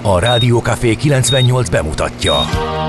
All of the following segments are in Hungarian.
A Rádió Café 98 bemutatja.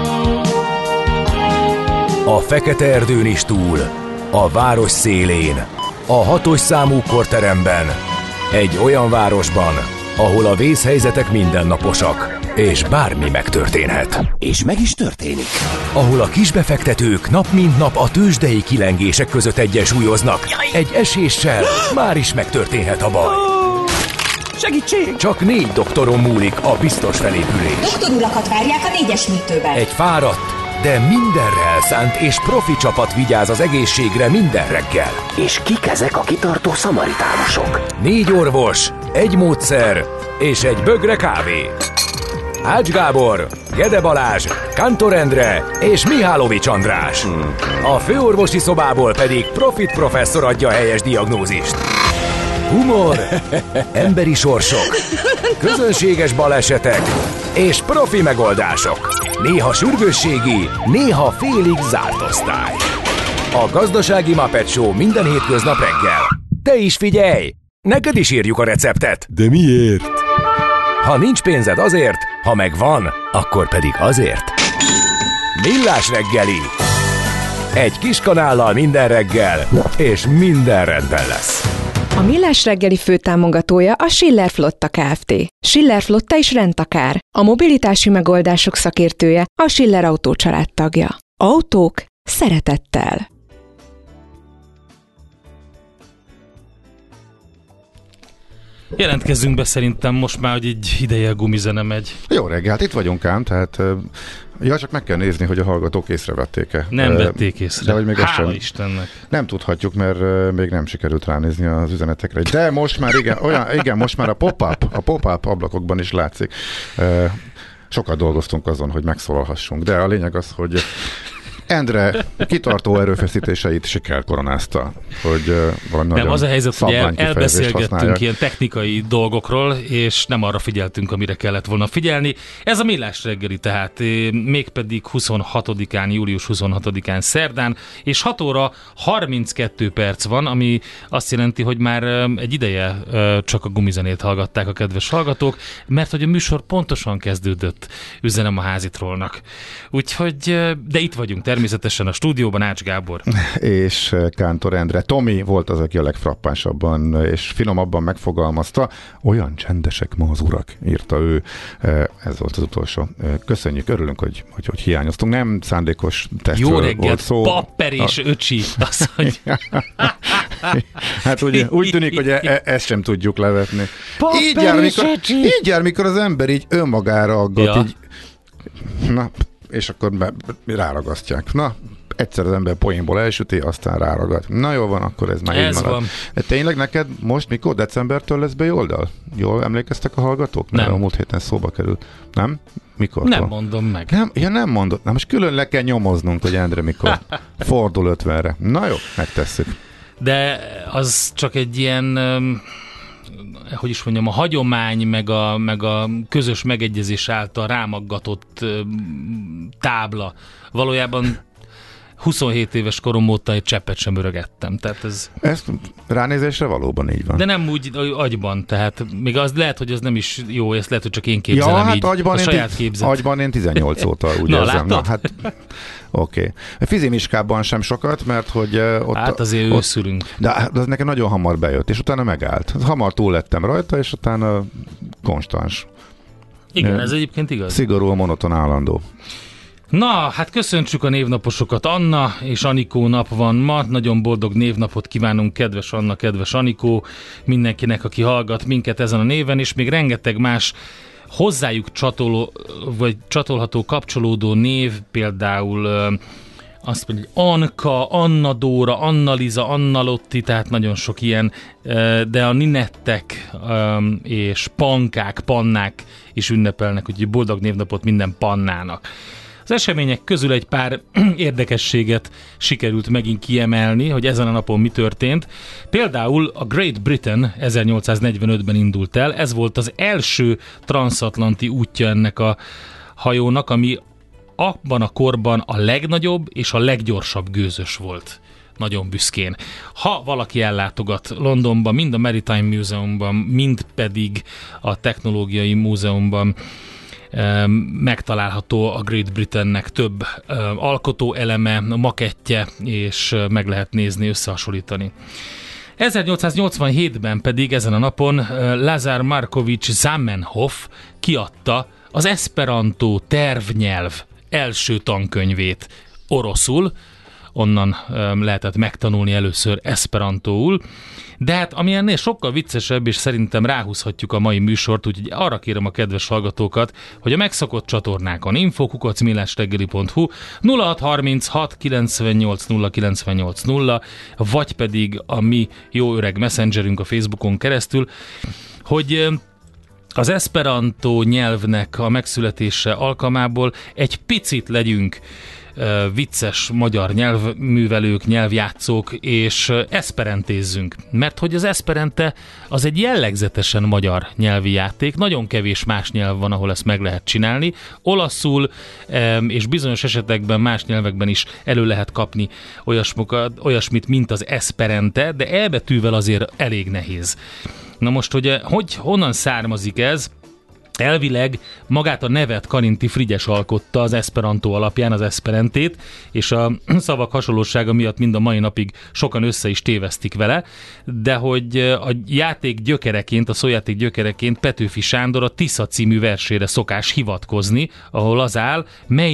A fekete erdőn is túl, a város szélén, a 6. számú korteremben, egy olyan városban, ahol a vészhelyzetek mindennaposak, és bármi megtörténhet. És meg is történik. Ahol a kisbefektetők nap mint nap a tőzsdei kilengések között egyensúlyoznak. Egy eséssel már is megtörténhet a baj. Segítség! Csak 4 doktoron múlik a biztos felépülés. Doktor urakat várják a 4-es műtőben. Egy fáradt, de mindenre elszánt és profi csapat vigyáz az egészségre minden reggel. És kik ezek a kitartó szamaritánusok? 4 orvos, egy módszer és egy bögre kávé. Ács Gábor, Gede Balázs, Kántor Endre és Mihálovics András. A főorvosi szobából pedig Profit professzor adja a helyes diagnózist. Humor, emberi sorsok, közönséges balesetek és profi megoldások. Néha sürgősségi, néha félig zárt osztály. A Gazdasági Muppet Show minden hétköznap reggel. Te is figyelj! Neked is írjuk a receptet. De miért? Ha nincs pénzed azért, ha megvan, akkor pedig azért. Millás reggeli. Egy kis kanállal minden reggel, és minden rendben lesz. A Millás reggeli főtámogatója a Schiller Flotta Kft. Schiller Flotta is rendtakár. A mobilitási megoldások szakértője, a Schiller Autó család tagja. Autók szeretettel. Jelentkezzünk be, szerintem most már, hogy egy ideje a gumizene megy. Jó reggelt, itt vagyunk ám, tehát csak meg kell nézni, hogy a hallgatók észrevették-e. Nem vették észre. De hogy még Hála Istennek. Nem tudhatjuk, mert még nem sikerült ránézni az üzenetekre. De most már igen, most már a pop-up ablakokban is látszik. Sokat dolgoztunk azon, hogy megszólalhassunk, de a lényeg az, hogy Endre kitartó erőfeszítéseit siker koronázta, hogy valami nem, az a helyzet, hogy elbeszélgettünk használják. ilyen technikai dolgokról, és nem arra figyeltünk, amire kellett volna figyelni. Ez a Millás reggeli, tehát mégpedig 26-án, július 26-án szerdán, és 6 óra 32 perc van, ami azt jelenti, hogy már egy ideje csak a gumizenét hallgatták a kedves hallgatók, mert hogy a műsor pontosan kezdődött, üzenem a házitrólnak. Úgyhogy, de itt vagyunk természetesen a stúdióban, Ács Gábor. És Kántor Endre. Tomi volt az, aki a legfrappánsabban és finomabban megfogalmazta. Olyan csendesek ma az urak, írta ő. Ez volt az utolsó. Köszönjük, örülünk, hogy hiányoztunk. Nem szándékos tesztről jó reggelt, volt szó. Papper és öcsi. Az, hogy... Hát úgy tűnik, hogy ezt sem tudjuk levetni. Így jár, mikor az ember így önmagára aggat, ja. így... Na, és akkor ráragasztják. Na, egyszer az ember poénból elsüti, aztán ráragad. Na jó van, akkor ez már így marad. Van. De tényleg neked most mikor? Decembertől lesz beoldal? Jól emlékeztek a hallgatók? Mert a múlt héten szóba került. Nem? Mikor? Nem mondom meg. Nem mondod. Na most külön le kell nyomoznunk, hogy Endre mikor fordul 50-re. Na jó, megtesszük. De az csak egy ilyen... hogy is mondjam, a hagyomány, meg a közös megegyezés által rámaggatott tábla. Valójában 27 éves korom óta egy cseppet sem öregettem. Tehát ez ránézésre valóban így van. De nem úgy agyban, tehát még az lehet, hogy az nem is jó, ezt lehet, hogy csak én képzelem ja, hát így. Agyban a saját képzet. Agyban én 18 óta úgy érzem. Látod? Na, hát oké. Fizimiskában sem sokat, mert hogy ott... Hát azért őszülünk. De az nekem nagyon hamar bejött, és utána megállt. Hamar túl lettem rajta, és utána konstans. Igen, ez egyébként igaz. Szigorú, monoton, állandó. Na, hát köszöntsük a névnaposokat. Anna és Anikó nap van ma. Nagyon boldog névnapot kívánunk, kedves Anna, kedves Anikó, mindenkinek, aki hallgat minket ezen a néven, és még rengeteg más hozzájuk csatolható, kapcsolódó név, például azt mondja, Anka, Anna Dóra, Anna Liza, Anna Lotti, tehát nagyon sok ilyen, de a ninettek és pankák, pannák is ünnepelnek, úgyhogy boldog névnapot minden pannának. Az események közül egy pár érdekességet sikerült megint kiemelni, hogy ezen a napon mi történt. Például a Great Britain 1845-ben indult el, ez volt az első transatlanti útja ennek a hajónak, ami abban a korban a legnagyobb és a leggyorsabb gőzös volt. Nagyon büszkén. Ha valaki ellátogat Londonban, mind a Maritime Múzeumban, mind pedig a Technológiai Múzeumban, megtalálható a Great Britainnek több alkotó eleme, makettje, és meg lehet nézni, összehasonlítani. 1887-ben pedig ezen a napon Lazar Markovics Zamenhof kiadta az esperanto tervnyelv első tankönyvét oroszul, onnan lehetett megtanulni először esperantóul, de hát ami ennél sokkal viccesebb, és szerintem ráhúzhatjuk a mai műsort, úgyhogy arra kérem a kedves hallgatókat, hogy a megszokott csatornákon info@millásreggeli.hu, 0636 98 0 98 0, vagy pedig a mi jó öreg messengerünk a Facebookon keresztül, hogy az esperanto nyelvnek a megszületése alkalmából egy picit legyünk vicces magyar nyelvművelők, nyelvjátszók, és esperantézzünk. Mert hogy az esperante az egy jellegzetesen magyar nyelvi játék, nagyon kevés más nyelv van, ahol ezt meg lehet csinálni. Olaszul és bizonyos esetekben más nyelvekben is elő lehet kapni olyasmit, mint az esperante, de elbetűvel azért elég nehéz. Na most, hogy honnan származik ez? Elvileg magát a nevet Karinti Frigyes alkotta az esperanto alapján, az esperantét, és a szavak hasonlósága miatt mind a mai napig sokan össze is tévesztik vele, de hogy a játék gyökereként, a szójáték gyökereként Petőfi Sándor a Tisza című versére szokás hivatkozni, ahol az áll, mely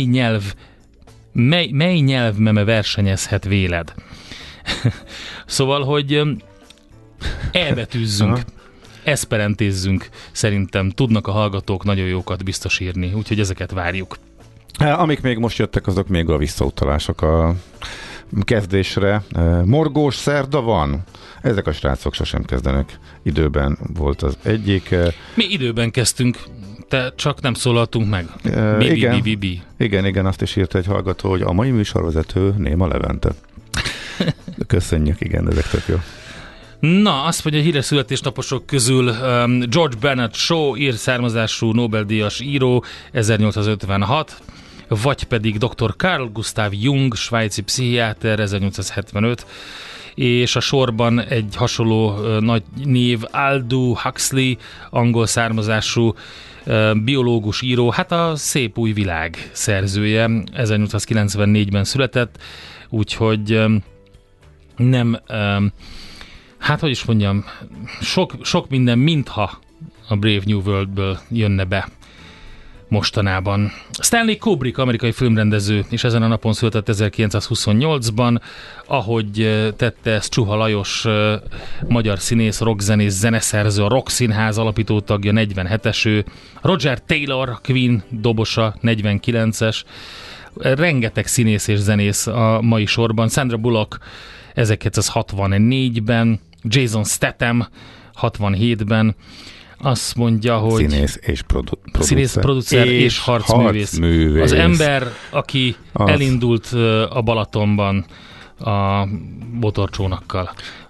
nyelvmeme versenyezhet véled. Szóval, hogy elbetűzzünk. Esperantézzünk, szerintem tudnak a hallgatók nagyon jókat biztos írni, úgyhogy ezeket várjuk. Amik még most jöttek, azok még a visszautalások a kezdésre. Morgós szerda van? Ezek a srácok sosem kezdenek. Időben volt az egyik. Mi időben kezdtünk, te csak nem szólaltunk meg. Igen, azt is írta egy hallgató, hogy a mai műsorvezető Néma Levente. Köszönjük, igen, ezek tök jó. Na, azt mondja, a híres születésnaposok közül George Bernard Shaw, ír származású Nobel-díjas író, 1856, vagy pedig dr. Carl Gustav Jung, svájci pszichiáter, 1875, és a sorban egy hasonló nagy név Aldous Huxley, angol származású biológus, író, hát a Szép új világ szerzője, 1894-ben született, úgyhogy nem... Hát, hogy is mondjam, sok minden, mintha a Brave New Worldből jönne be mostanában. Stanley Kubrick, amerikai filmrendező, és ezen a napon született 1928-ban, ahogy tette ezt Csuha Lajos, magyar színész, rockzenész, zeneszerző, a Rock Színház alapító tagja, 47-es ő, Roger Taylor, Queen dobosa, 49-es, rengeteg színész és zenész a mai sorban, Sandra Bullock 1964-ben, Jason Statham 67-ben, azt mondja, hogy színész, producer és harcművész. Az ember, aki elindult a Balatonban a motorcsónakkal.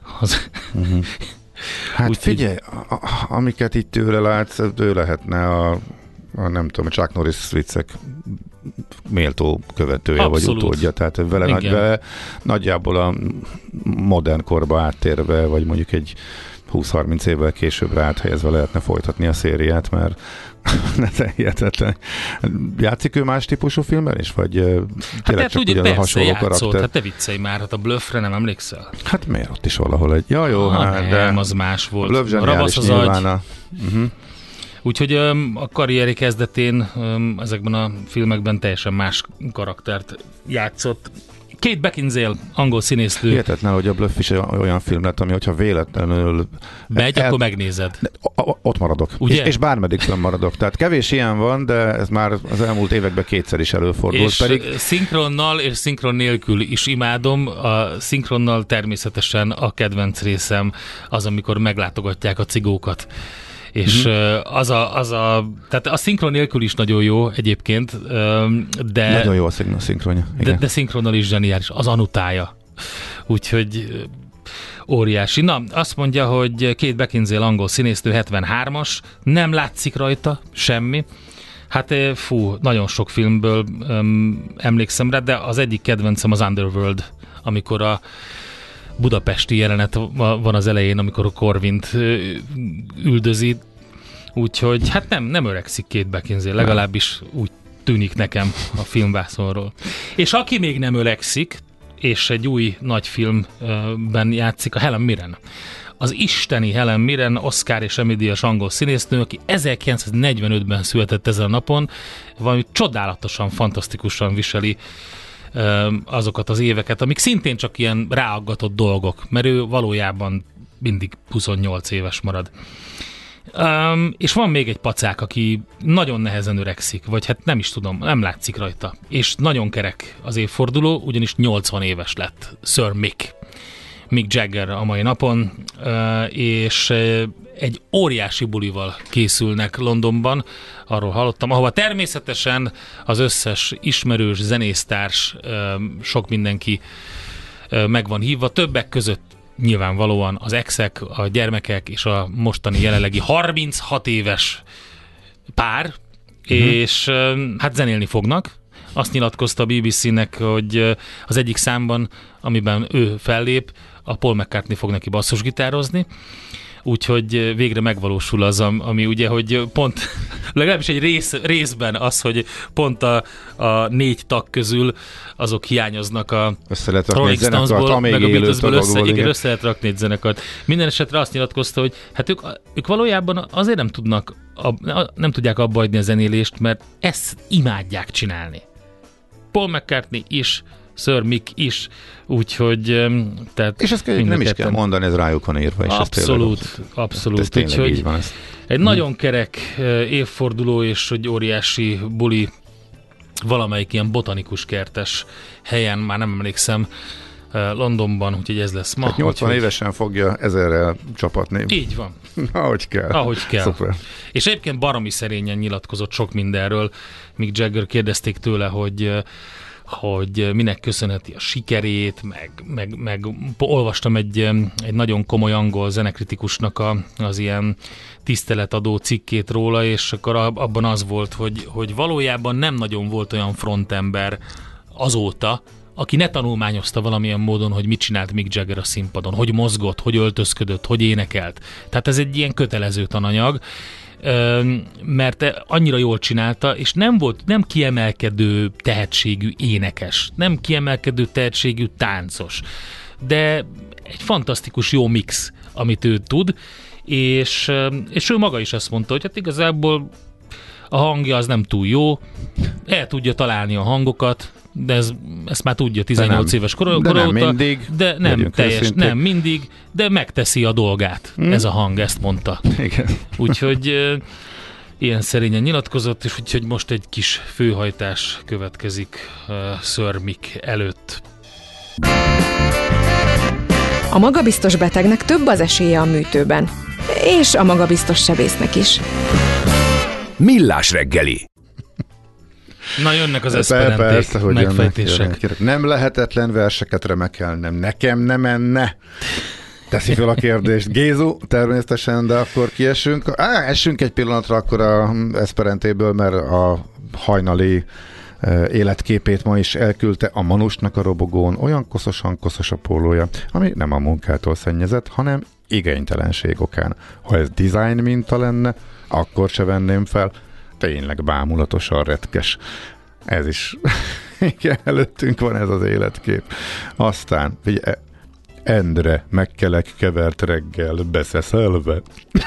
Hát úgy figyelj, amiket itt tőle látsz, ő lehetne a nem tudom, a Chuck Norris viccek méltó követője. Abszolút. Vagy utódja, tehát vele nagyjából a modern korba áttérve, vagy mondjuk egy 20-30 évvel későbbre áthelyezve lehetne folytatni a szériát, mert hihetetlen. Játszik ő más típusú filmben is? Vagy hát csak ugye persze játszott, hát te viccelj már, hát a Bluffre nem emlékszel? Hát miért ott is valahol egy... Ja, jó, hát de... Nem, az más volt. Bluff zseniális nyilván. Úgyhogy a karrieri kezdetén ezekben a filmekben teljesen más karaktert játszott. Kate Beckinsale, angol színésznő. Hihetetlen, hogy a Bluff is olyan film lett, ami hogyha véletlenül... Begy, akkor megnézed. Ott maradok. És bármeddig fönn maradok. Tehát kevés ilyen van, de ez már az elmúlt években kétszer is előfordult. És pedig... szinkronnal és szinkron nélkül is imádom. A szinkronnal természetesen a kedvenc részem az, amikor meglátogatják a cigókat. És tehát a szinkron nélkül is nagyon jó egyébként, de... Nagyon jó a szinkronja. De szinkronnal is zseniális. Az anutája. Úgyhogy óriási. Na, azt mondja, hogy Kate Beckinsale, angol színésznő, 73-as, nem látszik rajta semmi. Hát nagyon sok filmből emlékszem rá, de az egyik kedvencem az Underworld, amikor a budapesti jelenet van az elején, amikor a Corvint üldözi. Úgyhogy hát nem öregszik Kate Beckinsale, legalábbis úgy tűnik nekem a filmvászonról. És aki még nem öregszik, és egy új nagy filmben játszik, a Helen Mirren. Az isteni Helen Mirren, Oscar és Emmy-díjas angol színésznő, aki 1945-ben született ezen a napon, valami csodálatosan, fantasztikusan viseli azokat az éveket, amik szintén csak ilyen ráaggatott dolgok, mert ő valójában mindig 28 éves marad. És van még egy pacák, aki nagyon nehezen öregszik, vagy hát nem is tudom, nem látszik rajta. És nagyon kerek az évforduló, ugyanis 80 éves lett Sir Mick Jagger a mai napon, és egy óriási bulival készülnek Londonban, arról hallottam, ahova természetesen az összes ismerős zenésztárs, sok mindenki meg van hívva, többek között nyilvánvalóan az exek, a gyermekek és a mostani jelenlegi 36 éves pár, és hát zenélni fognak. Azt nyilatkozta a BBC-nek, hogy az egyik számban, amiben ő fellép, a Paul McCartney fog neki basszusgitározni, úgyhogy végre megvalósul az, ami ugye, hogy pont legalábbis egy részben az, hogy pont a 4 tag közül azok hiányoznak a Rolling Stonesból, meg a Beatlesből, össze lehet rakni egy zenekart. Minden esetre azt nyilatkozta, hogy hát ők valójában azért nem tudják abba hagyni a zenélést, mert ezt imádják csinálni. Paul McCartney is, Sir Mick is, úgyhogy tehát és ezt nem is kell mondani, ez rájuk van írva. És abszolút. Ez tényleg így van. Egy nagyon kerek évforduló és egy óriási buli valamelyik ilyen botanikus kertes helyen, már nem emlékszem, Londonban, úgyhogy ez lesz ma. Hát 80 évesen fogja 1000-rel csapatni. Így van. Ahogy kell. Ahogy kell. Szuper. És egyébként baromi szerényen nyilatkozott sok mindenről. Mick Jagger kérdezték tőle, hogy minek köszönheti a sikerét, meg olvastam egy nagyon komoly angol zenekritikusnak az ilyen tiszteletadó cikkét róla, és akkor abban az volt, hogy valójában nem nagyon volt olyan frontember azóta, aki ne tanulmányozta valamilyen módon, hogy mit csinált Mick Jagger a színpadon, hogy mozgott, hogy öltözködött, hogy énekelt. Tehát ez egy ilyen kötelező tananyag, mert annyira jól csinálta, és nem kiemelkedő tehetségű énekes, nem kiemelkedő tehetségű táncos, de egy fantasztikus jó mix, amit ő tud, és ő maga is ezt mondta, hogy hát igazából a hangja az nem túl jó, el tudja találni a hangokat, de ezt már tudja 18 éves kora óta, de nem teljes, nem mindig, de megteszi a dolgát. Ez a hang, ezt mondta. Igen. Úgyhogy ilyen szerényen nyilatkozott, és úgyhogy most egy kis főhajtás következik Sir Mick előtt. A magabiztos betegnek több az esélye a műtőben, és a magabiztos sebésznek is. Millás reggeli. Na, jönnek az eszperenték, megfejtések. Jönnek. Nem lehetetlen verseket remekelnem. Nekem nem menne. Teszi fel a kérdést. Gézu, természetesen, de akkor kiesünk. Essünk egy pillanatra akkor a eszperentéből, mert a hajnali életképét ma is elküldte a Manusnak a robogón. Olyan koszosan koszos a pólója, ami nem a munkától szennyezett, hanem igénytelenség okán. Ha ez design minta lenne, akkor se venném fel. Tényleg bámulatosan retkes. Ez is. Igen, előttünk van ez az életkép. Aztán, figyelj, Endre, megkelek kevert reggel, beszeszelve.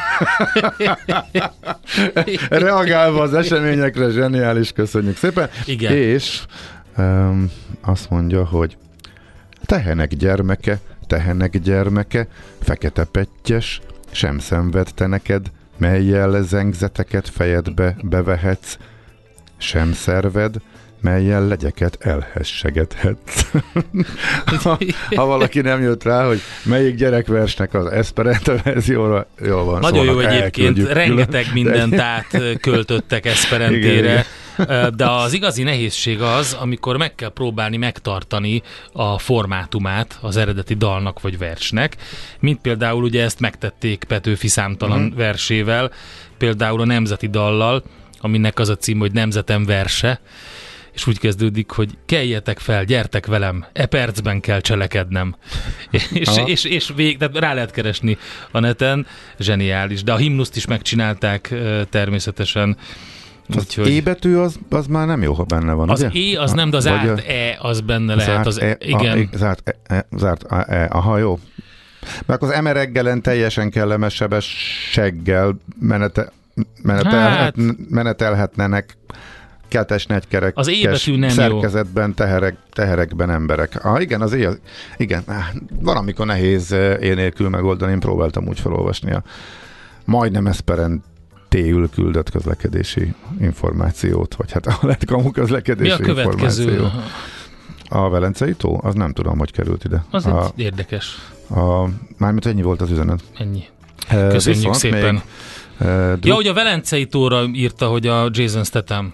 Reagálva az eseményekre, zseniális, köszönjük szépen. Igen. És azt mondja, hogy tehenek gyermeke, fekete pettyes, sem szenved te neked, mellyel zengzeteket fejedbe bevehetsz, sem szerved, mellyel legyeket elhessegethetsz. ha valaki nem jött rá, hogy melyik gyerekversnek az Esperanto verzióra, jól van. Nagyon jó egyébként, rengeteg mindent átköltöttek Esperantére, de az igazi nehézség az, amikor meg kell próbálni megtartani a formátumát az eredeti dalnak vagy versnek, mint például ugye ezt megtették Petőfi számtalan versével, például a Nemzeti dallal, aminek az a cím, hogy Nemzetem verse, és úgy kezdődik, hogy keljetek fel, gyertek velem, percben kell cselekednem. és tehát rá lehet keresni a neten, zseniális. De a himnuszt is megcsinálták természetesen. Az E betű az már nem jó, ha benne van, az ugye? E az nem, de az zárt E az benne lehet. Igen. Zárt E, aha, jó. Mert az emereggelen teljesen kellemes sebességgel menetelhetnenek kettes negykerekes szerkezetben teherekben emberek. Igen, az igen. Van, amikor nehéz én nélkül megoldani, én próbáltam úgy felolvasni a majdnem eszperentéül küldött közlekedési információt, vagy hát a lett kamu közlekedési információ. Mi a következő? A Velencei tó? Az nem tudom, hogy került ide. Az érdekes. Mármint ennyi volt az üzenet. Ennyi. Köszönjük szépen. Még, hogy a Velencei tóra írta, hogy a Jason Statham.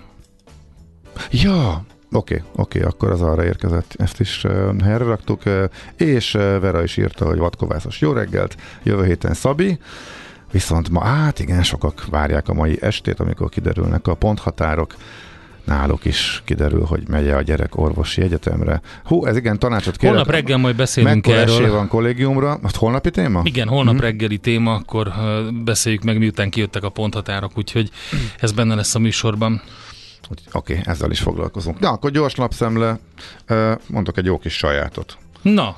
Ja, oké, akkor az arra érkezett. Ezt is helyre raktuk. És Vera is írta, hogy vadkovászos jó reggelt. Jövő héten Szabi. Viszont ma, igen, sokak várják a mai estét, amikor kiderülnek a ponthatárok. Náluk is kiderül, hogy megy a gyerek orvosi egyetemre. Ez igen, tanácsot kérek. Holnap reggel majd beszélünk erről. Mekkora esély van kollégiumra? Most holnapi téma? Igen, holnap reggeli téma, akkor beszéljük meg, miután kijöttek a ponthatárok, úgyhogy ez benne lesz a műsorban. Oké, ezzel is foglalkozunk. Na, akkor gyors lapszemle, mondok egy jó kis sajátot. Na.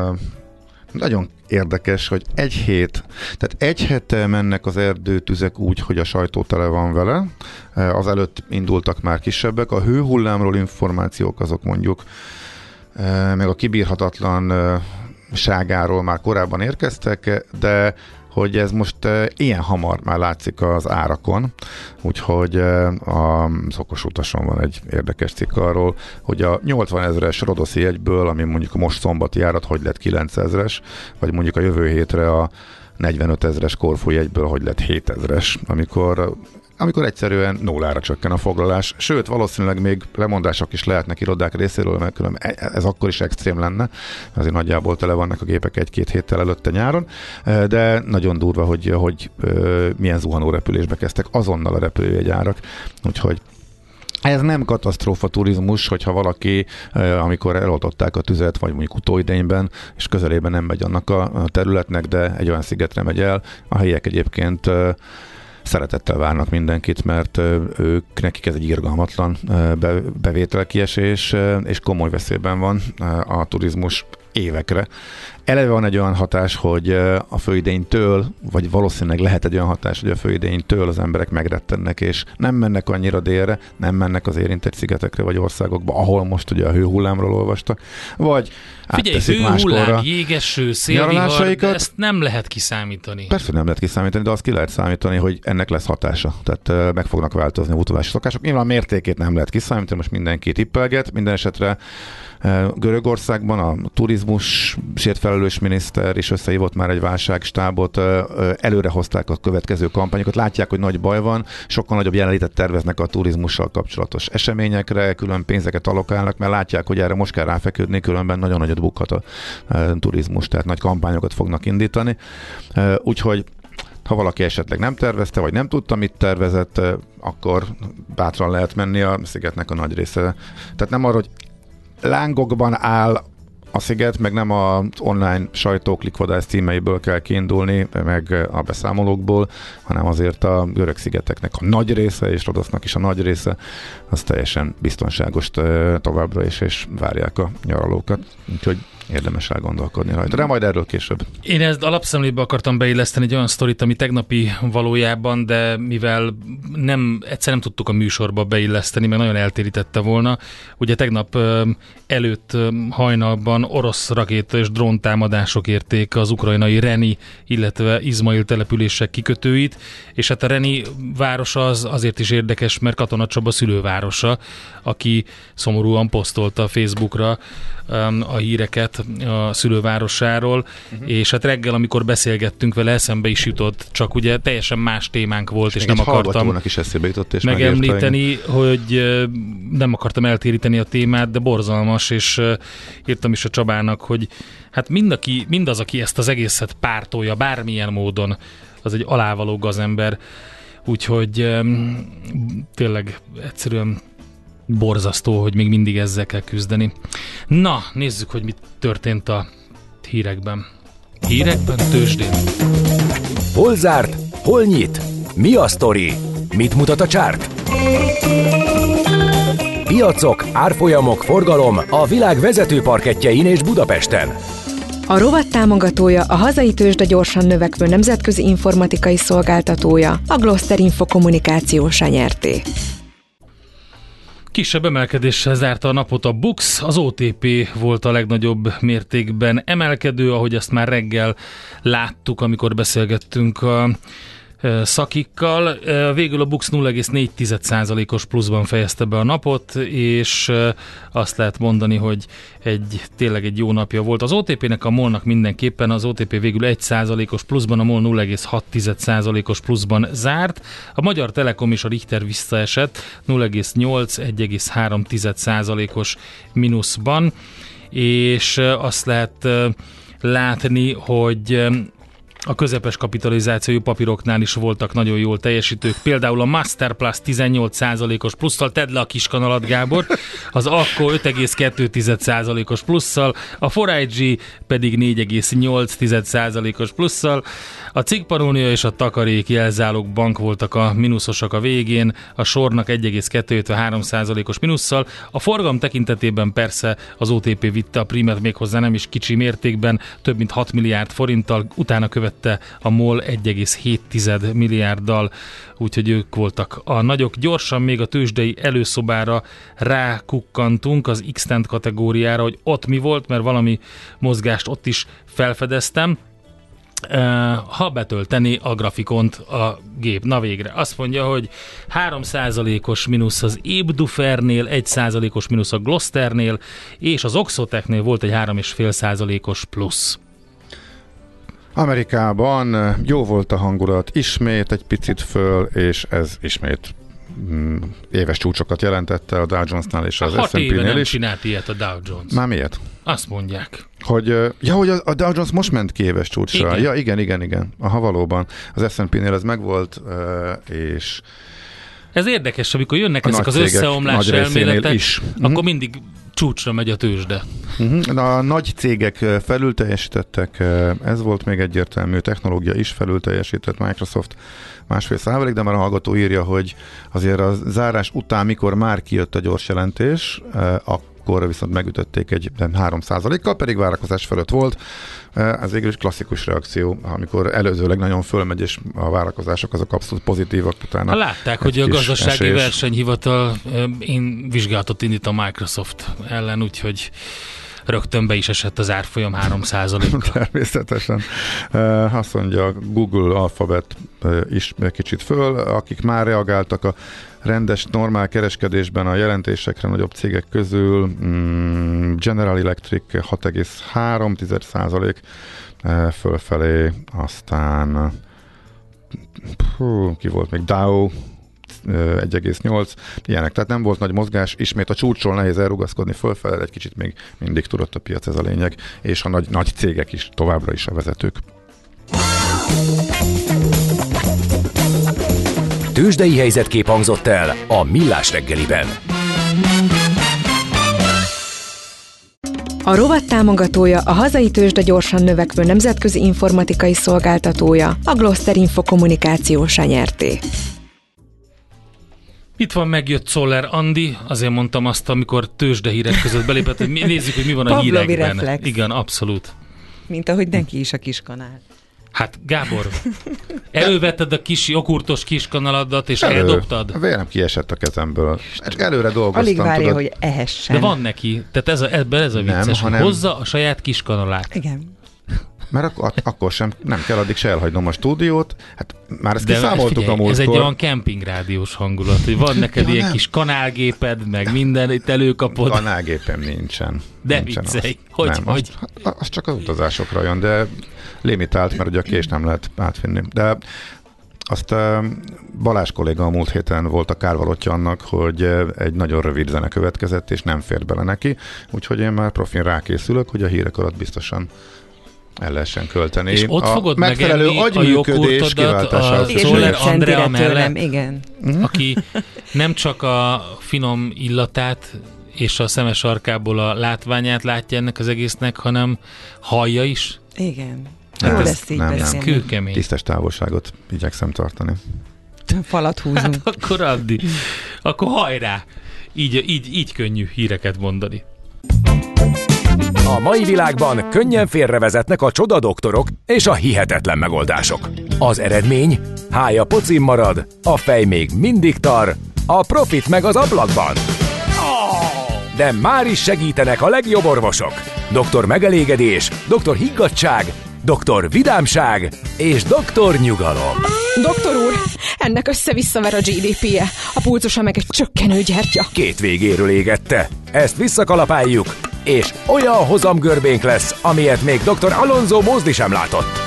Nagyon érdekes, hogy egy hete mennek az erdőtüzek úgy, hogy a sajtó tele van vele. Az előtt indultak már kisebbek. A hőhullámról információk azok mondjuk, meg a kibírhatatlanságáról már korábban érkeztek, de hogy ez most ilyen hamar már látszik az árakon, úgyhogy a Szokos utason van egy érdekes cikk arról, hogy a 80 000-es rodoszi jegyből, ami mondjuk a most szombati járat, hogy lett 9 000-es, vagy mondjuk a jövő hétre a 45 000-es Korfu jegyből, hogy lett 7 000-es, amikor egyszerűen nullára csökken a foglalás, sőt, valószínűleg még lemondások is lehetnek irodák részéről, mert különben ez akkor is extrém lenne, azért nagyjából tele vannak a gépek 1-2 héttel előtte nyáron, de nagyon durva, hogy milyen zuhanó repülésbe kezdtek azonnal a repülőjegyárak, úgyhogy ez nem katasztrófa turizmus, hogyha valaki, amikor eloltották a tüzet, vagy mondjuk utóidényben, és közelében nem megy annak a területnek, de egy olyan szigetre megy el. A helyiek egyébként szeretettel várnak mindenkit, mert nekik ez egy irgalmatlan bevételkiesés, és komoly veszélyben van a turizmus évekre. Eleve van egy olyan hatás, hogy a főidénytől, vagy valószínűleg lehet egy olyan hatás, hogy a főidénytől az emberek megrettennek, és nem mennek annyira délre, nem mennek az érintett szigetekre, vagy országokba, ahol most ugye a hőhullámról olvastak, vagy átteszik máskorra. Hőhullám, jégeső, szélvihar, de ezt nem lehet kiszámítani. Persze nem lehet kiszámítani, de azt ki lehet számítani, hogy ennek lesz hatása. Tehát meg fognak változni a utazási szokások. Nyilván a mértékét nem lehet kiszámítani, most mindenki tippelget, minden esetre Görögországban a turizmusért felelős miniszter is összehívott már egy válságstábot, előre hozták a következő kampányokat, látják, hogy nagy baj van, sokkal nagyobb jelenlétet terveznek a turizmussal kapcsolatos eseményekre, külön pénzeket allokálnak, mert látják, hogy erre most kell ráfeküdni, különben nagyon nagyot bukhat a turizmus, tehát nagy kampányokat fognak indítani. Úgyhogy ha valaki esetleg nem tervezte, vagy nem tudta, mit tervezett, akkor bátran lehet menni a szigetnek a nagy része. Tehát nem arra, hogy lángokban áll a sziget, meg nem az online sajtóklikvadász címeiből kell kiindulni, meg a beszámolókból, hanem azért a görög szigeteknek a nagy része, és Rodosznak is a nagy része, az teljesen biztonságos továbbra is, és várják a nyaralókat. Úgyhogy érdemes elgondolkodni rajta, de majd erről később. Én ezt alapszemlébe akartam beilleszteni egy olyan sztorit, ami tegnapi valójában, de mivel egyszer nem tudtuk a műsorba beilleszteni, mert nagyon eltérítette volna. Ugye tegnap előtt hajnalban orosz rakéta és dróntámadások érték az ukrajnai Reni, illetve Izmail települések kikötőit, és hát a Reni városa azért is érdekes, mert Katona Csaba szülővárosa, aki szomorúan posztolta a Facebookra a híreket a szülővárosáról, és hát reggel, amikor beszélgettünk vele, eszembe is jutott, csak ugye teljesen más témánk volt, és nem akartam is eszébe jutott, és megemlíteni, hogy nem akartam eltéríteni a témát, de borzalmas, és írtam is a Csabának, hogy hát mindaz, aki ezt az egészet pártolja bármilyen módon, az egy alávaló gazember, úgyhogy tényleg egyszerűen borzasztó, hogy még mindig ezzel kell küzdeni. Na, nézzük, hogy mi történt a hírekben. Tőzsdén. Hol zárt? Hol nyit? Mi a sztori? Mit mutat a csárt? Piacok, árfolyamok, forgalom a világ vezető parkettjein és Budapesten. A rovat támogatója a hazai tőzsde gyorsan növekvő nemzetközi informatikai szolgáltatója, a Gloster Info Kommunikációs nyerté. Kisebb emelkedéssel zárta a napot a BUX, az OTP volt a legnagyobb mértékben emelkedő, ahogy azt már reggel láttuk, amikor beszélgettünk a szakikkal. Végül a BUX 0,4%-os pluszban fejezte be a napot, és azt lehet mondani, hogy tényleg egy jó napja volt. Az OTP-nek, a MOL-nak mindenképpen, az OTP végül 1%-os pluszban, a MOL 0,6%-os pluszban zárt. A Magyar Telekom és a Richter visszaesett 0,8-1,3%-os mínuszban, és azt lehet látni, hogy a közepes kapitalizációjú papíroknál is voltak nagyon jól teljesítők. Például a Masterplus 18%-os plusszal, tedd le a kiskanalat, Gábor, az Akko 5,2%-os plusszal, a 4IG pedig 4,8%-os plusszal, a Cikkpanónia és a Takarék Jelzálog Bank voltak a mínuszosak a végén, a Sornak 1,2-3%-os mínusszal. A forgalom tekintetében persze az OTP vitte a prímet, méghozzá nem is kicsi mértékben, több mint 6 milliárd forinttal, utána követte a MOL 1,7 milliárddal, úgyhogy ők voltak a nagyok. Gyorsan még a tőzsdei előszobára rákukkantunk, az X-Tent kategóriára, hogy ott mi volt, mert valami mozgást ott is felfedeztem. Ha betölteni a grafikont a gép. Na végre. Azt mondja, hogy 3%-os mínusz az Ebdufernél, 1%-os mínusz a Glosternél, és az Oxotecnél volt egy 3,5%-os plusz. Amerikában jó volt a hangulat, ismét egy picit föl, és ez ismét éves csúcsokat jelentette a Dow Jones-nál és az S&P-nél is. 6 éve nem csinált ilyet a Dow Jones. Már miért? Azt mondják. Hogy a Dow Jones most ment ki éves csúcsra. Igen. Ja, igen. Aha, valóban. Az S&P-nél ez megvolt, és ez érdekes, amikor jönnek ezek az összeomlás elméletek, is. Akkor mindig csúcsra megy a tőzsde. A nagy cégek felül teljesítettek, ez volt még egyértelmű, technológia is felül teljesített, Microsoft 1,5%, de már a hallgató írja, hogy azért a zárás után, mikor már kijött a gyors jelentés, akkor viszont megütötték egy 3%-kal, pedig várakozás fölött volt. Ez végül is klasszikus reakció, amikor előzőleg nagyon fölmegy, és a várakozások azok abszolút pozitívak. Utána látták, hogy a gazdasági versenyhivatal én vizsgálatot indít a Microsoft ellen, úgyhogy rögtön be is esett az árfolyam 3%-kal. Természetesen. Azt mondja, Google, Alphabet is kicsit föl, akik már reagáltak a rendes, normál kereskedésben a jelentésekre nagyobb cégek közül. General Electric 6,3% fölfelé, aztán ki volt még, Dow 1,8, ilyenek. Tehát nem volt nagy mozgás, ismét a csúcsról nehéz elrugaszkodni fölfelé, egy kicsit még mindig tudott a piac, ez a lényeg, és a nagy cégek is továbbra is a vezetők. Tőzsdei helyzetkép hangzott el a Millás reggeliben. A rovat támogatója a hazai tőzsde gyorsan növekvő nemzetközi informatikai szolgáltatója, a Gloster Info Kommunikációs nyerté. Itt van, megjött Czoller Andi, azért mondtam azt, amikor tőzsdehírek között belépett, hogy nézzük, hogy mi van a hírekben. Reflex. Igen, abszolút. Mint ahogy neki is a kiskanál. Hát Gábor, elővetted a kis jogurtos kiskanaladat, és eldobtad? Vélem kiesett a kezemből. Előre dolgoztam. Alig várja, hogy ehessen. De van neki, tehát ebben ez a vicces, hogy hozza a saját kiskanalát. Igen. Mert akkor sem, nem kell addig se elhagynom a stúdiót. Hát már ezt kiszámoltuk a múltkor. Ez egy olyan kempingrádiós hangulat, hogy van neked ilyen kis kanálgéped, meg minden, itt előkapod. Kanálgépem nincsen. De viccelj, hogy? Az csak az utazásokra jön, de limitált, mert ugye a kést nem lehet átvinni. De azt Balázs kolléga a múlt héten volt a kárvalotja annak, hogy egy nagyon rövid zene következett, és nem fért bele neki, úgyhogy én már profin rákészülök, hogy a hírek alatt biztosan el lehessen költeni. És ott fogod megfelelő megenni a agyműködés joghurtodat kiváltásához. És Szoller még Andrea centire mellett, tőlem, igen. aki nem csak a finom illatát és a szemes sarkából a látványát látja ennek az egésznek, hanem hallja is. Igen. Nem, Jó lesz így nem. Ez beszélni. kőkemény. Tisztes távolságot igyekszem tartani. Falat húzunk. Akkor addig. Akkor hajrá! Így könnyű híreket mondani. A mai világban könnyen félrevezetnek a csodadoktorok és a hihetetlen megoldások. Az eredmény? Hája pocim marad, a fej még mindig tar, a profit meg az ablakban. De már is segítenek a legjobb orvosok. Doktor megelégedés, doktor higgadtság, doktor vidámság és doktor nyugalom. Doktor úr, ennek össze-visszaver a GDP-je, a pulzusa meg egy csökkenő gyertya. Két végéről égette. Ezt visszakalapáljuk, és olyan hozamgörbénk lesz, amilyet még dr. Alonso Mózdi sem látott.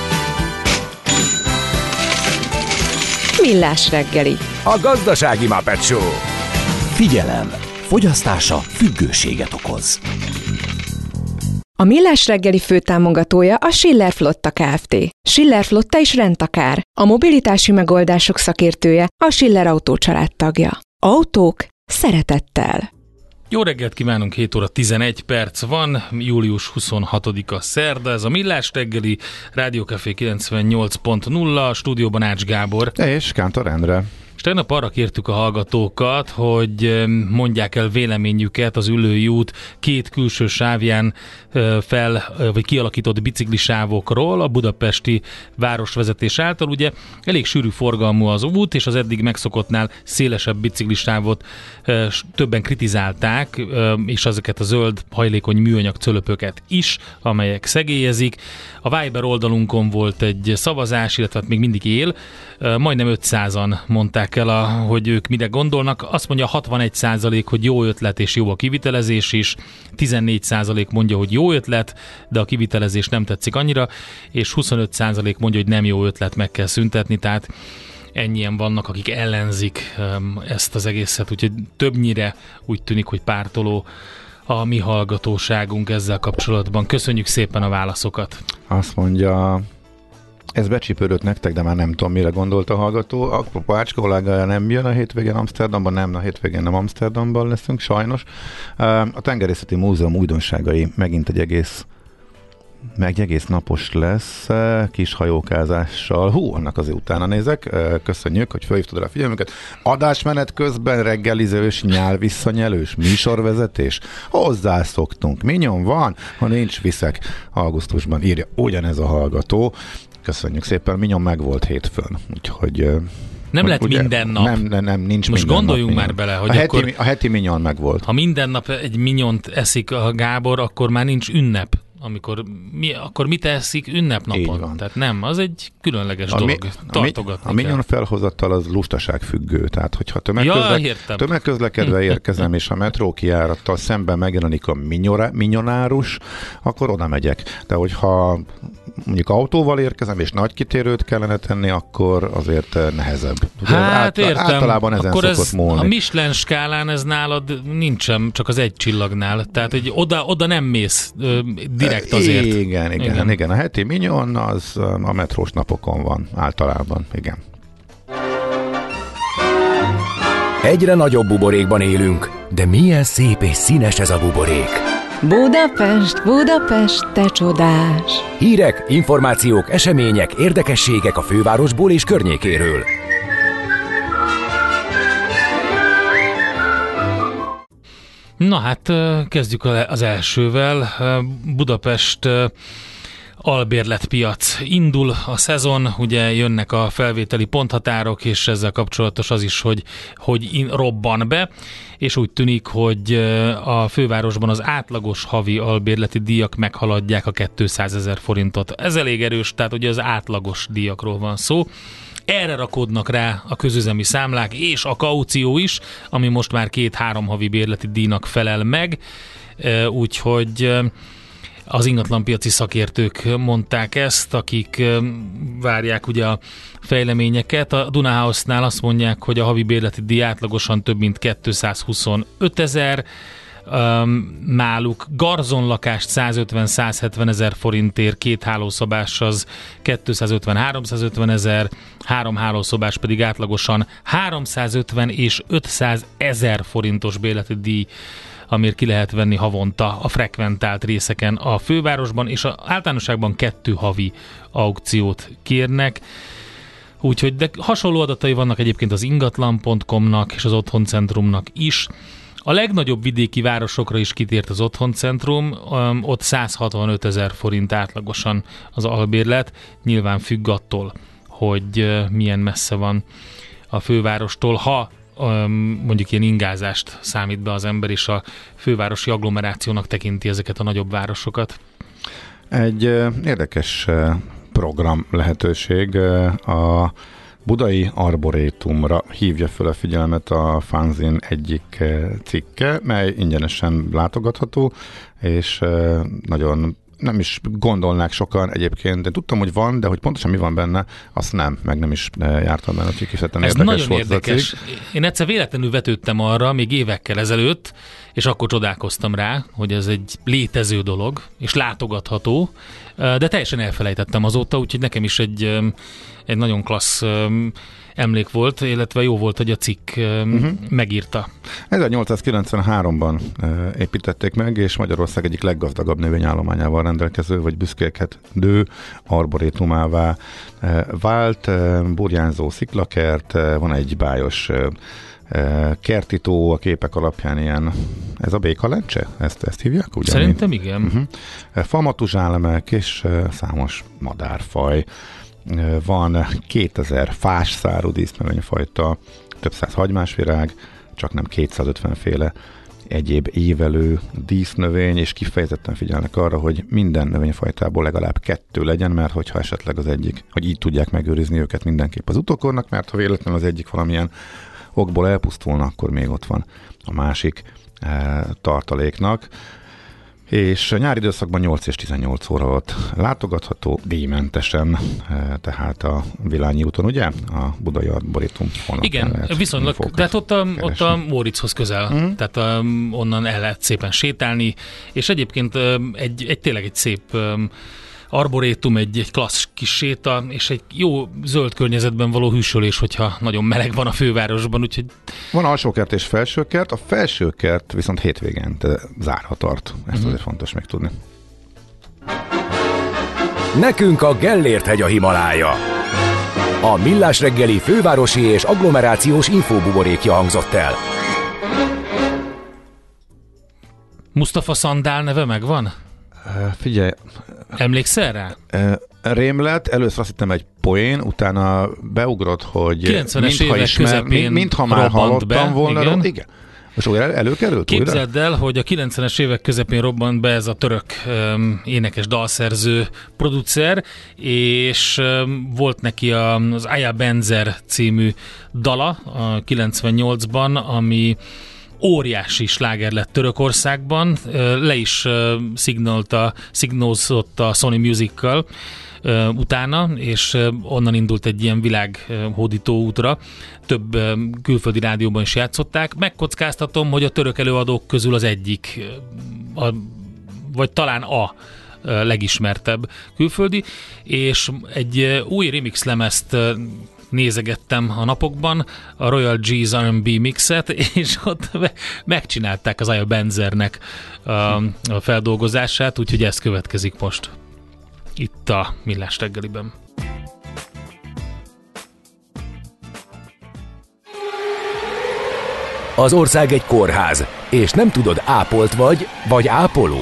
Millás reggeli. A gazdasági Muppet Show. Figyelem! Fogyasztása függőséget okoz. A Millás reggeli főtámogatója a Schiller Flotta Kft. Schiller Flotta is rendtakár. A mobilitási megoldások szakértője, a Schiller Autó családtagja. Autók szeretettel. Jó reggelt kívánunk, 7 óra 11 perc van, július 26-a szerda, ez a Millás reggeli, Rádió Café 98.0, a stúdióban Ács Gábor. És Kántor Endre. És tegnap arra kértük a hallgatókat, hogy mondják el véleményüket az Üllői út két külső sávján vagy kialakított biciklisávokról a budapesti városvezetés által. Ugye elég sűrű forgalmú az út, és az eddig megszokottnál szélesebb biciklisávot többen kritizálták, és ezeket a zöld hajlékony műanyag cölöpöket is, amelyek szegélyezik. A Viber oldalunkon volt egy szavazás, illetve még mindig él, majdnem 500-an mondták el, hogy ők mire gondolnak. Azt mondja 61%, hogy jó ötlet és jó a kivitelezés is, 14% mondja, hogy jó ötlet, de a kivitelezés nem tetszik annyira, és 25% mondja, hogy nem jó ötlet, meg kell szüntetni, tehát ennyien vannak, akik ellenzik ezt az egészet, úgyhogy többnyire úgy tűnik, hogy pártoló a mi hallgatóságunk ezzel kapcsolatban. Köszönjük szépen a válaszokat! Azt mondja, ez becsípődött nektek, de már nem tudom, mire gondolt a hallgató. Apropó Ácska kollégája nem jön a hétvégén Amsterdamban, nem, a hétvégén nem Amsterdamban leszünk, sajnos. A Tengerészeti Múzeum újdonságai megint egy egész napos lesz, kis hajókázással. Annak azért utána nézek. Köszönjük, hogy felhívtad rá a figyelmünket. Adásmenet közben reggelizős, nyál visszanyelős, műsorvezetés. Hozzászoktunk. Minyon van, ha nincs, viszek augusztusban, írja ugyanez a hallgató. Köszönjük szépen, Minyon meg volt hétfőn, úgyhogy... Nem lett ugye, minden nap. Nem, nincs most minden gondoljunk nap már bele, hogy a heti Minyon meg volt. Ha minden nap egy minyont eszik a Gábor, akkor már nincs ünnep. Akkor mit eszik ünnepnapon? Tehát nem, az egy különleges dolog. Tartogatni a minyon felhozattal az lustaság függő. Tehát, hogyha tömegközlekedve érkezem, és a metró kijárattal szemben megjelenik a minyonárus, akkor oda megyek. De hogyha mondjuk autóval érkezem, és nagy kitérőt kellene tenni, akkor azért nehezebb. Hát értem. Általában ezen akkor szokott múlni. A Michelin skálán ez nálad nincsen, csak az egy csillagnál. Tehát egy oda nem mész direkt azért. Igen. A heti minyon az a metrós napokon van általában, igen. Egyre nagyobb buborékban élünk, de milyen szép és színes ez a buborék. Budapest, Budapest, te csodás! Hírek, információk, események, érdekességek a fővárosból és környékéről. Na hát, kezdjük az elsővel. Budapest albérletpiac. Indul a szezon, ugye jönnek a felvételi ponthatárok, és ezzel kapcsolatos az is, hogy robban be, és úgy tűnik, hogy a fővárosban az átlagos havi albérleti díjak meghaladják a 200 000 forintot. Ez elég erős, tehát ugye az átlagos díjakról van szó. Erre rakódnak rá a közüzemi számlák és a kaució is, ami most már 2-3 havi bérleti díjnak felel meg, úgyhogy az ingatlanpiaci szakértők mondták ezt, akik várják ugye a fejleményeket. A Dunahouse-nál azt mondják, hogy a havi bérleti díj átlagosan több mint 225 000, náluk garzonlakást 150-170 ezer forintért, 2 hálószobás az 250-350 ezer, 3 hálószobás pedig átlagosan 350 és 500 ezer forintos bérleti díj, amért ki lehet venni havonta a frekventált részeken a fővárosban, és általánosságban 2 havi aukciót kérnek. Úgyhogy de hasonló adatai vannak egyébként az ingatlan.com-nak és az Otthoncentrumnak is. A legnagyobb vidéki városokra is kitért az Otthoncentrum, ott 165 ezer forint átlagosan az albérlet, nyilván függ attól, hogy milyen messze van a fővárostól. Ha mondjuk ilyen ingázást számít be az ember, és a fővárosi agglomerációnak tekinti ezeket a nagyobb városokat. Egy érdekes program lehetőség a Budai Arborétumra hívja föl a figyelmet a fanzin egyik cikke, mely ingyenesen látogatható, és nagyon nem is gondolnák sokan egyébként. De tudtam, hogy van, de hogy pontosan mi van benne, azt nem is jártam benne, hogy kifejezetten ez érdekes nagyon volt. Érdekes. Én egyszer véletlenül vetődtem arra, még évekkel ezelőtt, és akkor csodálkoztam rá, hogy ez egy létező dolog, és látogatható, de teljesen elfelejtettem azóta, úgyhogy nekem is egy nagyon klassz emlék volt, illetve jó volt, hogy a cikk megírta. 1893-ban építették meg, és Magyarország egyik leggazdagabb növényállományával rendelkező, vagy büszkélkedő arborétumává vált. Burjánzó sziklakert, van egy bájos kertitó, a képek alapján ilyen, ez a békalencse? Ezt hívják? Ugye? Szerintem igen. Famatuzsálemek és számos madárfaj. Van 2000 fásszárú dísznövényfajta, több száz hagymásvirág, csak nem 250 féle egyéb évelő dísznövény, és kifejezetten figyelnek arra, hogy minden növényfajtából legalább 2 legyen, mert hogyha esetleg az egyik, hogy így tudják megőrizni őket mindenképp az utókornak, mert ha véletlenül az egyik valamilyen okból elpusztulna, akkor még ott van a másik tartaléknak. És nyári időszakban 8 és 18 óra ott látogatható díjmentesen, tehát a Vilányi úton, ugye? A Budai Arborétum honlapján. Igen, viszonylag, tehát ott a Móriczhoz közel, tehát onnan el lehet szépen sétálni, és egyébként tényleg egy szép arborétum, egy klassz kis séta, és egy jó zöld környezetben való hűsölés, hogyha nagyon meleg van a fővárosban, úgyhogy... Van alsókert és felsőkert, a felsőkert viszont hétvégente zárva tart. Ezt azért fontos megtudni. Nekünk a Gellért-hegy a Himalája. A Millás reggeli fővárosi és agglomerációs infóbuborékja hangzott el. Mustafa Sandál neve megvan? Figyelj. Emlékszel rá? Rémlet, először azt hittem egy poén, utána beugrott, hogy 90-es évek közepén mintha már hallottam volna. Igen. Most újra előkerült? Képzeld el, hogy a 90-es évek közepén robbant be ez a török énekes dalszerző producer, és volt neki az Aya Benzer című dala a 98-ban, ami óriási sláger lett Törökországban, le is szignózott a Sony Music-kal utána, és onnan indult egy ilyen világhódító útra. Több külföldi rádióban is játszották. Megkockáztatom, hogy a török előadók közül az egyik, vagy talán a legismertebb külföldi, és egy új remix lemezt nézegettem a napokban, a Royal G's R&B mixet, és ott megcsinálták az Aya Benzernek a feldolgozását, úgyhogy ez következik most itt a Millás reggeliben. Az ország egy kórház, és nem tudod, ápolt vagy ápoló.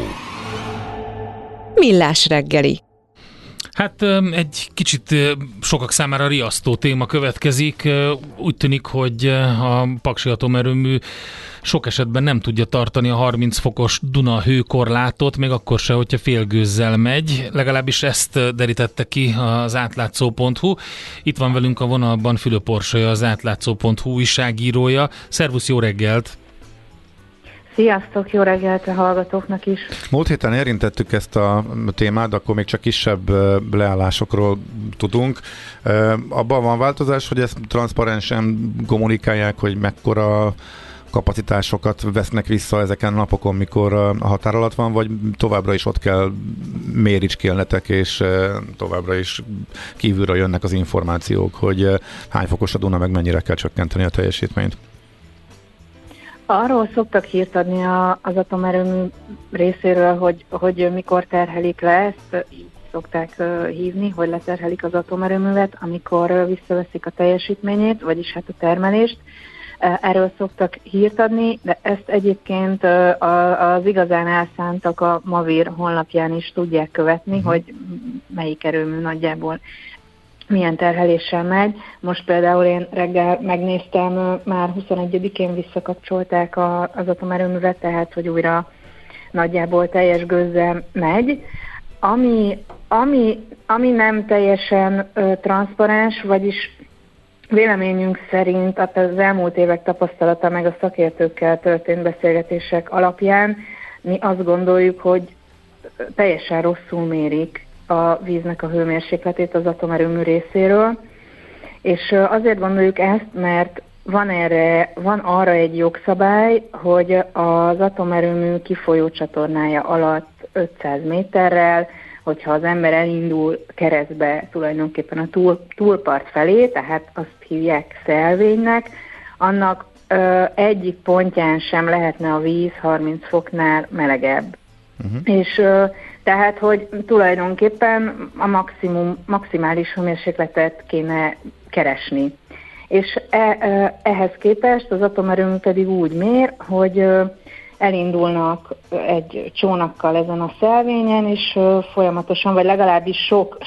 Millás reggeli. Hát egy kicsit sokak számára riasztó téma következik. Úgy tűnik, hogy a Paksi atomerőmű sok esetben nem tudja tartani a 30 fokos Duna hőkorlátot, még akkor se, hogyha félgőzzel megy. Legalábbis ezt derítette ki az átlátszó.hu. Itt van velünk a vonalban Fülöp Orsolya, az átlátszó.hu újságírója. Szervusz, jó reggelt! Sziasztok, jó reggelt a hallgatóknak is. Múlt héten érintettük ezt a témát, akkor még csak kisebb leállásokról tudunk. Abban van változás, hogy ezt transzparensen kommunikálják, hogy mekkora kapacitásokat vesznek vissza ezeken a napokon, mikor a határ alatt van, vagy továbbra is ott kell méricskélnetek, és továbbra is kívülről jönnek az információk, hogy hány fokos a Duna, meg mennyire kell csökkenteni a teljesítményt? Arról szoktak hírt adni az atomerőmű részéről, hogy mikor terhelik le, ezt így szokták hívni, hogy leterhelik az atomerőművet, amikor visszaveszik a teljesítményét, vagyis hát a termelést. Erről szoktak hírt adni, de ezt egyébként az igazán elszántak a Mavir honlapján is tudják követni, hogy melyik erőmű nagyjából milyen terheléssel megy. Most például én reggel megnéztem, már 21-én visszakapcsolták az atomerőművet, tehát hogy újra nagyjából teljes gőzzel megy. Ami nem teljesen transzparens, vagyis véleményünk szerint az elmúlt évek tapasztalata meg a szakértőkkel történt beszélgetések alapján mi azt gondoljuk, hogy teljesen rosszul mérik a víznek a hőmérsékletét az atomerőmű részéről, és azért gondoljuk ezt, mert van arra egy jogszabály, hogy az atomerőmű kifolyó csatornája alatt 500 méterrel, hogyha az ember elindul keresztbe tulajdonképpen a túlpart felé, tehát azt hívják szelvénynek, annak egyik pontján sem lehetne a víz 30 foknál melegebb. És tehát, hogy tulajdonképpen a maximális hőmérsékletet kéne keresni. És ehhez képest az atomerőmű pedig úgy mér, hogy elindulnak egy csónakkal ezen a szelvényen, és folyamatosan, vagy legalábbis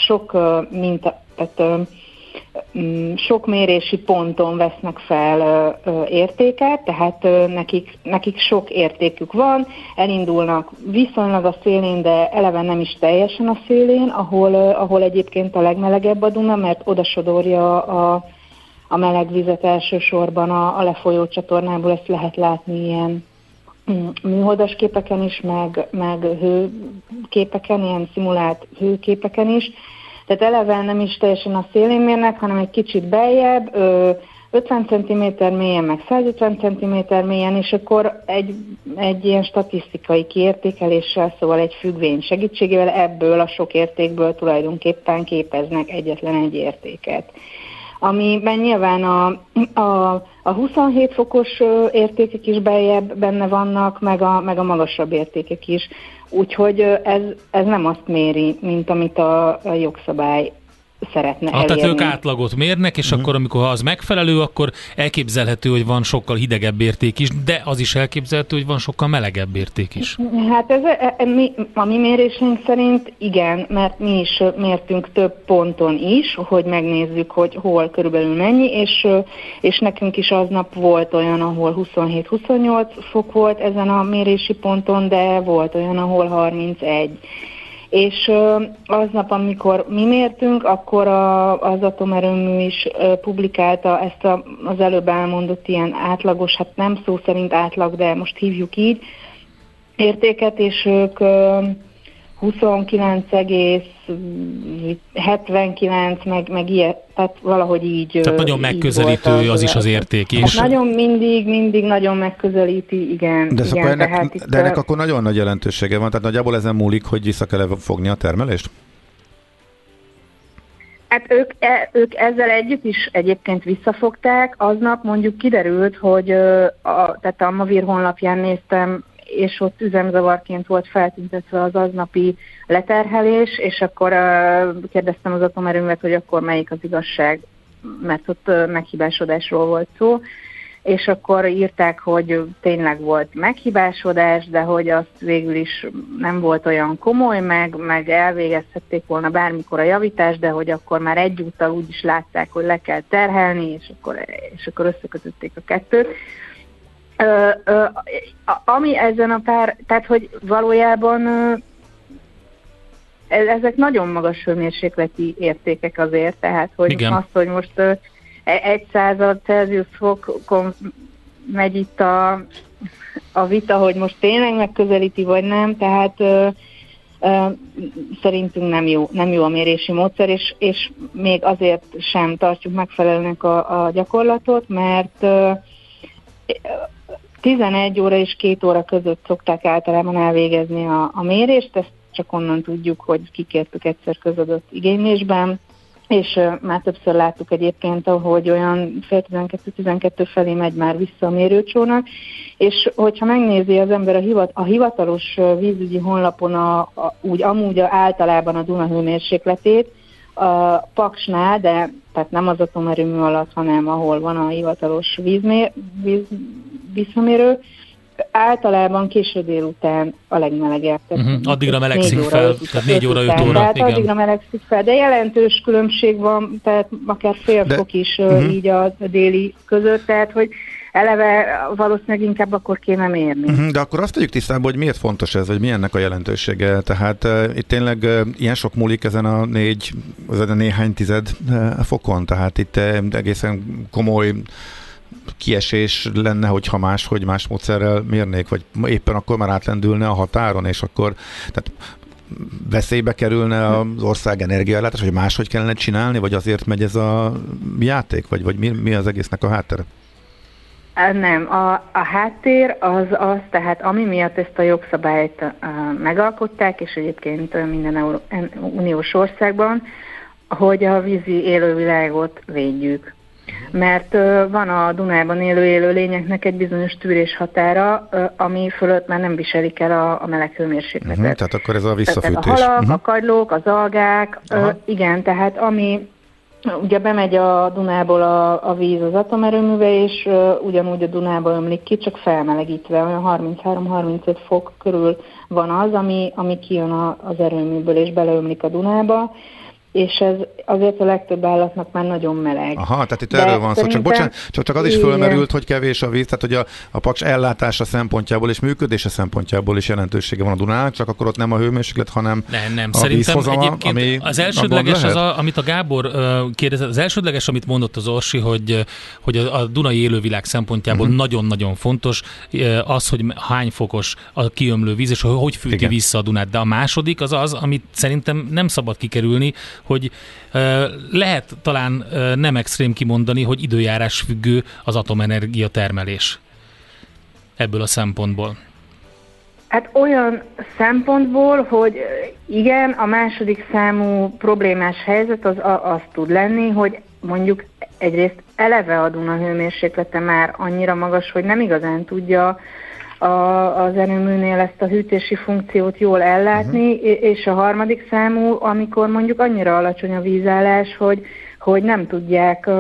sok mérési ponton vesznek fel értéket, tehát nekik sok értékük van, elindulnak viszonylag a szélén, de eleve nem is teljesen a szélén, ahol egyébként a legmelegebb a Duna, mert oda sodorja a meleg vizet elsősorban a lefolyó csatornából, ezt lehet látni ilyen műholdas képeken is, meg hőképeken, ilyen szimulált hőképeken is. Tehát eleve nem is teljesen a szélén mérnek, hanem egy kicsit beljebb, 50 cm mélyen, meg 150 cm mélyen, és akkor egy ilyen statisztikai kiértékeléssel, szóval egy függvény segítségével ebből a sok értékből tulajdonképpen képeznek egyetlen egy értéket. Amiben nyilván a 27 fokos értékek is beljebb benne vannak, meg a magasabb értékek is. Úgyhogy ez nem azt méri, mint amit a jogszabály szeretne elérni. Tehát ők átlagot mérnek, és akkor, amikor az megfelelő, akkor elképzelhető, hogy van sokkal hidegebb érték is, de az is elképzelhető, hogy van sokkal melegebb érték is. Hát a mi mérésünk szerint igen, mert mi is mértünk több ponton is, hogy megnézzük, hogy hol körülbelül mennyi, és nekünk is aznap volt olyan, ahol 27-28 fok volt ezen a mérési ponton, de volt olyan, ahol 31. És aznap, amikor mi mértünk, akkor az atomerőmű is publikálta ezt az előbb elmondott ilyen átlagos, hát nem szó szerint átlag, de most hívjuk így, értéket, és ők 29,79 meg ilyet, tehát valahogy így. Tehát nagyon megközelítő az is az érték is. Hát nagyon mindig nagyon megközelíti, igen. De, igen, ennek akkor nagyon nagy jelentősége van, tehát nagyjából ezen múlik, hogy vissza kell fogni a termelést? Hát ők ezzel együtt is egyébként visszafogták. Aznap mondjuk kiderült, hogy tehát a Mavir honlapján néztem, és ott üzemzavarként volt feltüntetve az aznapi leterhelés, és akkor kérdeztem az atomerőművet, hogy akkor melyik az igazság, mert ott meghibásodásról volt szó, és akkor írták, hogy tényleg volt meghibásodás, de hogy azt végül is nem volt olyan komoly, meg elvégezhették volna bármikor a javítást, de hogy akkor már egyúttal úgy is látták, hogy le kell terhelni, és akkor összekötötték a kettőt. Ami ezen a tehát hogy valójában ezek nagyon magas hőmérsékleti értékek azért, tehát hogy igen. Azt, hogy most 100 Celsius fokon megy itt a vita, hogy most tényleg megközelíti, vagy nem, tehát szerintünk nem jó a mérési módszer, és még azért sem tartjuk megfelelőnek a gyakorlatot, mert 11 óra és 2 óra között szokták általában elvégezni a mérést, ezt csak onnan tudjuk, hogy kikértük egyszer közadott igénylésben, és már többször láttuk egyébként, ahogy olyan fél 12 felé megy már vissza a mérőcsónak, és hogyha megnézi az ember a hivatalos vízügyi honlapon amúgy általában a Duna hőmérsékletét, a Paksnál, de tehát nem az atomerőmű alatt, hanem ahol van a hivatalos vízmérő, általában késő délután a legmelegebb. Addigra melegszik fel, tehát 4 óra, 5 óra. Tehát igen. addigra melegszik fel, de jelentős különbség van, tehát akár fél fok is így a déli között, tehát hogy eleve valószínűleg inkább akkor kéne mérni. De akkor azt tegyük tisztába, hogy miért fontos ez, vagy mi ennek a jelentősége. Tehát itt tényleg ilyen sok múlik ezen a néhány tized fokon, tehát itt egészen komoly kiesés lenne, hogyha más módszerrel mérnék, vagy éppen akkor már átlendülne a határon, és akkor tehát veszélybe kerülne az ország energiaellátás, vagy máshogy kellene csinálni, vagy azért megy ez a játék, vagy mi az egésznek a háttere? Nem, a háttér az, tehát ami miatt ezt a jogszabályt megalkották, és egyébként minden uniós országban, hogy a vízi élővilágot védjük. Mert van a Dunában élő élőlényeknek egy bizonyos tűrés határa, ami fölött már nem viselik el a meleg hőmérsékletet. Tehát akkor ez a visszafűtés. Tehát a halak, a kagylók, az algák, igen, tehát ami ugye bemegy a Dunából a víz az atomerőműve, és ugyanúgy a Dunába ömlik ki, csak felmelegítve, olyan 33-35 fok körül van az, ami kijön az erőműből, és beleömlik a Dunába, és ez azért a legtöbb állatnak már nagyon meleg. Aha, tehát itt erről van szó. Csak az is fölmerült, hogy kevés a víz, tehát hogy a Paks ellátása szempontjából és működése szempontjából is jelentősége van a Dunának, csak akkor ott nem a hőmérséklet, hanem nem. A Szerintem vízhozama, egyébként az elsődleges amit a Gábor kérdezett, az elsődleges, amit mondott az Orsi, hogy a dunai élővilág szempontjából nagyon-nagyon fontos az, hogy hány fokos a kiömlő víz, és hogy fűti vissza a Dunát. De a második az, amit szerintem nem szabad kikerülni, hogy lehet talán nem extrém kimondani, hogy időjárás függő az atomenergia termelés ebből a szempontból. Hát olyan szempontból, hogy igen, a második számú problémás helyzet az tud lenni, hogy mondjuk egyrészt eleve a Duna hőmérséklete már annyira magas, hogy nem igazán tudja az erőműnél ezt a hűtési funkciót jól ellátni, és a harmadik számú, amikor mondjuk annyira alacsony a vízállás, hogy nem tudják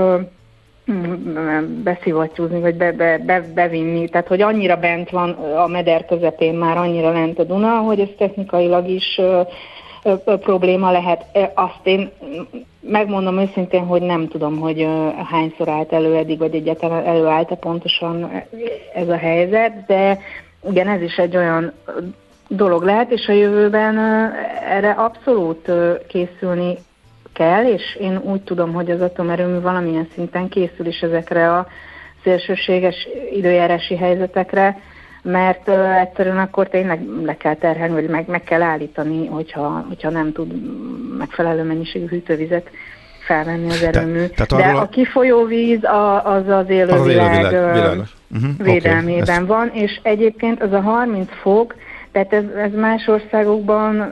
beszivattyúzni, vagy bevinni, tehát hogy annyira bent van a meder közepén, már annyira lent a Duna, hogy ez technikailag is probléma lehet. Azt én megmondom őszintén, hogy nem tudom, hogy hányszor állt elő eddig, vagy egyáltalán előállt pontosan ez a helyzet, de igen, ez is egy olyan dolog lehet, és a jövőben erre abszolút készülni kell, és én úgy tudom, hogy az atomerőmű valamilyen szinten készül is ezekre a szélsőséges időjárási helyzetekre, mert egyszerűen akkor tényleg le kell terhelni, vagy meg kell állítani, hogyha nem tud megfelelő mennyiségű hűtővizet felvenni az erőmű. De a kifolyó víz az élővilág védelmében van, és egyébként az a 30 fok, tehát ez más országokban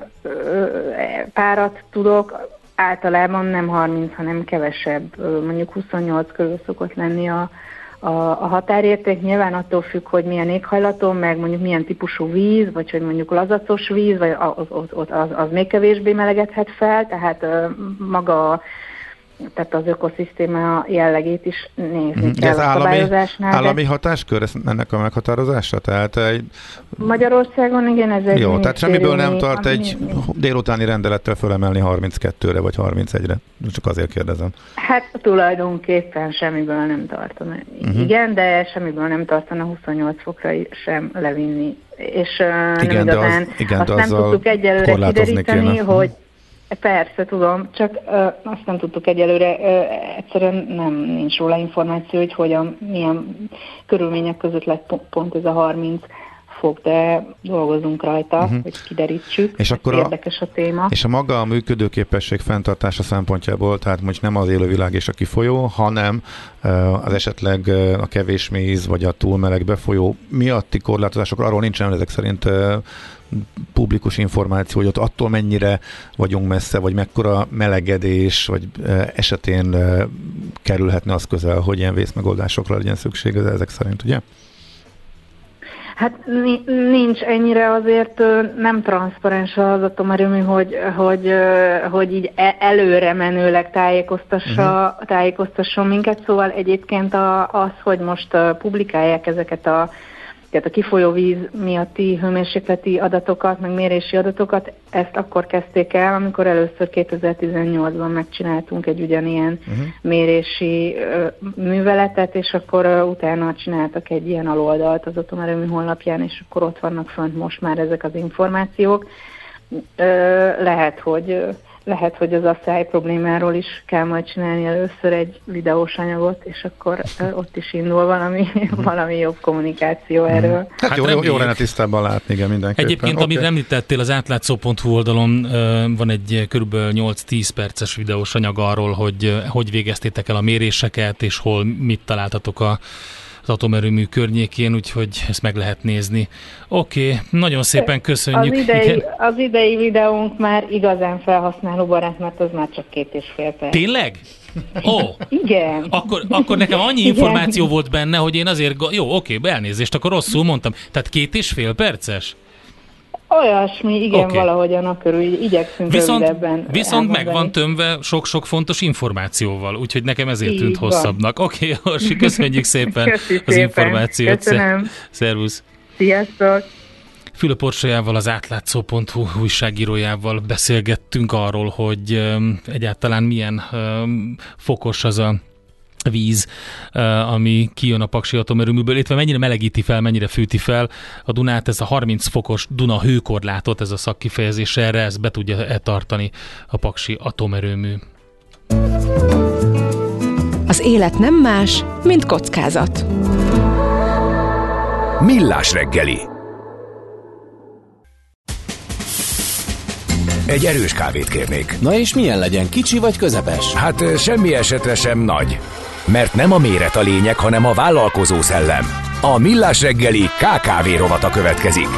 párat tudok, általában nem 30, hanem kevesebb, mondjuk 28 körül szokott lenni a határérték. Nyilván attól függ, hogy milyen éghajlaton, meg mondjuk milyen típusú víz, vagy hogy mondjuk lazacos víz, vagy az még kevésbé melegedhet fel, tehát maga tehát az ökoszisztéma jellegét is nézni kell ez a szabályozásnál. Állami hatáskör ennek a meghatározása? Tehát Magyarországon igen, ez egy jó, tehát semmiből nem tart egy délutáni rendelettel fölemelni 32-re vagy 31-re? Csak azért kérdezem. Hát tulajdonképpen semmiből nem tartana. Igen, de semmiből nem tartana 28 fokra sem levinni. És nem igazán azt nem tudtuk egyelőre kideríteni, hogy persze, tudom, csak azt nem tudtuk egyelőre, egyszerűen nincs róla információ, hogy hogyan, milyen körülmények között lett pont ez a 30 fog, de dolgozunk rajta, hogy kiderítsük. És akkor érdekes a téma. És a maga a működőképesség fenntartása szempontjából, tehát most nem az élővilág és a kifolyó, hanem az esetleg a kevés méz vagy a túl meleg befolyó miatti korlátozásokra, arról nincsen ezek szerint publikus információ, hogy ott attól mennyire vagyunk messze, vagy mekkora melegedés, vagy esetén kerülhetne az közel, hogy ilyen vészmegoldásokra legyen szükség ezek szerint, ugye? Hát nincs ennyire, azért nem transzparens az atomerőmű, hogy így előre menőleg tájékoztasson minket, szóval egyébként az, hogy most publikálják ezeket tehát a kifolyóvíz miatti hőmérsékleti adatokat, meg mérési adatokat, ezt akkor kezdték el, amikor először 2018-ban megcsináltunk egy ugyanilyen mérési műveletet, és akkor utána csináltak egy ilyen aloldalt az atomerőmű honlapján, és akkor ott vannak fönt most már ezek az információk. Lehet, hogy az asszály problémáról is kell majd csinálni először egy videós anyagot, és akkor ott is indul valami jobb kommunikáció erről. Hát jó lenne tisztában látni, igen, mindenképpen. Egyébként, amit említettél, az átlátszó.hu oldalon van egy kb. 8-10 perces videós anyag arról, hogy végeztétek el a méréseket, és hol mit találtatok az atomerőmű környékén, úgyhogy ezt meg lehet nézni. Oké, nagyon szépen köszönjük. Az idei videónk már igazán felhasználóbarát, mert az már csak 2,5 perc. Tényleg? Ó, igen. Akkor nekem annyi információ volt benne, hogy én azért, jó, oké, elnézést, akkor rosszul mondtam. Tehát 2,5 perces? Olyasmi, igen, valahogyan a körül, igyekszünk rövidebben. Viszont meg van tömve sok-sok fontos információval, úgyhogy nekem ezért tűnt hosszabbnak. Oké, Orsi, köszönjük szépen az információt. Köszönöm. Szervusz. Sziasztok. Fülöp Orsolyával, az átlátszó.hu újságírójával beszélgettünk arról, hogy egyáltalán milyen fokos az a víz, ami kijön a paksi atomerőműből, illetve mennyire melegíti fel, mennyire fűti fel a Dunát, ez a 30 fokos Duna hőkorlátot, ez a szakkifejezés erre, ezt be tudja tartani a paksi atomerőmű. Az élet nem más, mint kockázat. Millás reggeli. Egy erős kávét kérnék. Na és milyen legyen, kicsi vagy közepes? Hát semmi esetre sem nagy. Mert nem a méret a lényeg, hanem a vállalkozó szellem. A Millás reggeli KKV rovata következik.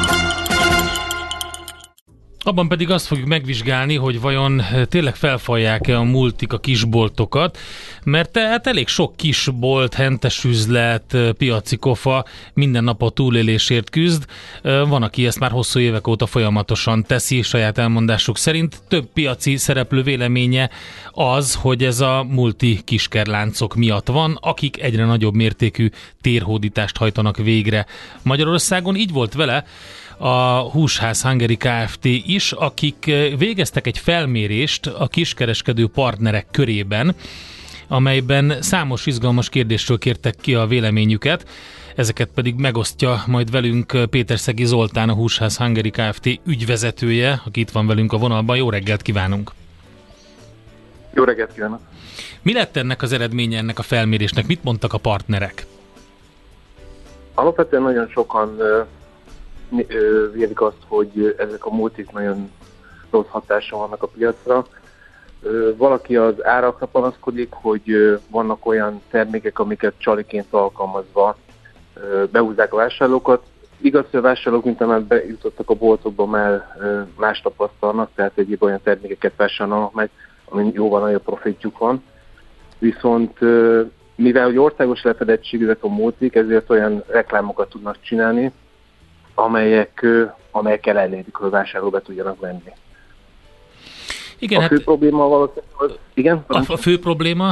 Abban pedig azt fogjuk megvizsgálni, hogy vajon tényleg felfalják-e a multik a kisboltokat, mert hát elég sok kisbolt, hentes üzlet, piaci kofa minden nap a túlélésért küzd. Van, aki ezt már hosszú évek óta folyamatosan teszi, saját elmondásuk szerint. Több piaci szereplő véleménye az, hogy ez a multi kiskerláncok miatt van, akik egyre nagyobb mértékű térhódítást hajtanak végre. Magyarországon így volt vele a Húsház Hungary Kft. Is, akik végeztek egy felmérést a kiskereskedő partnerek körében, amelyben számos izgalmas kérdésről kértek ki a véleményüket, ezeket pedig megosztja majd velünk Péterszegi Zoltán, a Húsház Hungary Kft. Ügyvezetője, aki itt van velünk a vonalban. Jó reggelt kívánunk! Jó reggelt kívánok! Mi lett ennek az eredménye, ennek a felmérésnek? Mit mondtak a partnerek? Alapvetően nagyon sokan vélik azt, hogy ezek a multik nagyon rossz hatása vannak a piacra. Valaki az árakra panaszkodik, hogy vannak olyan termékek, amiket csaliként alkalmazva behúzzák a vásárlókat. Igaz, hogy a vásárlók, mint amelyek bejutottak a boltokba, már más tapasztalnak, tehát egyéb olyan termékeket vásárolnak meg, amin jóval nagyobb profitjuk van. Viszont mivel hogy országos lefedettségűek a multik, ezért olyan reklámokat tudnak csinálni, amelyekkel elérik, hogy a vásárló be tudjanak menni. Igen, a fő probléma valószínűleg igen? A fő probléma?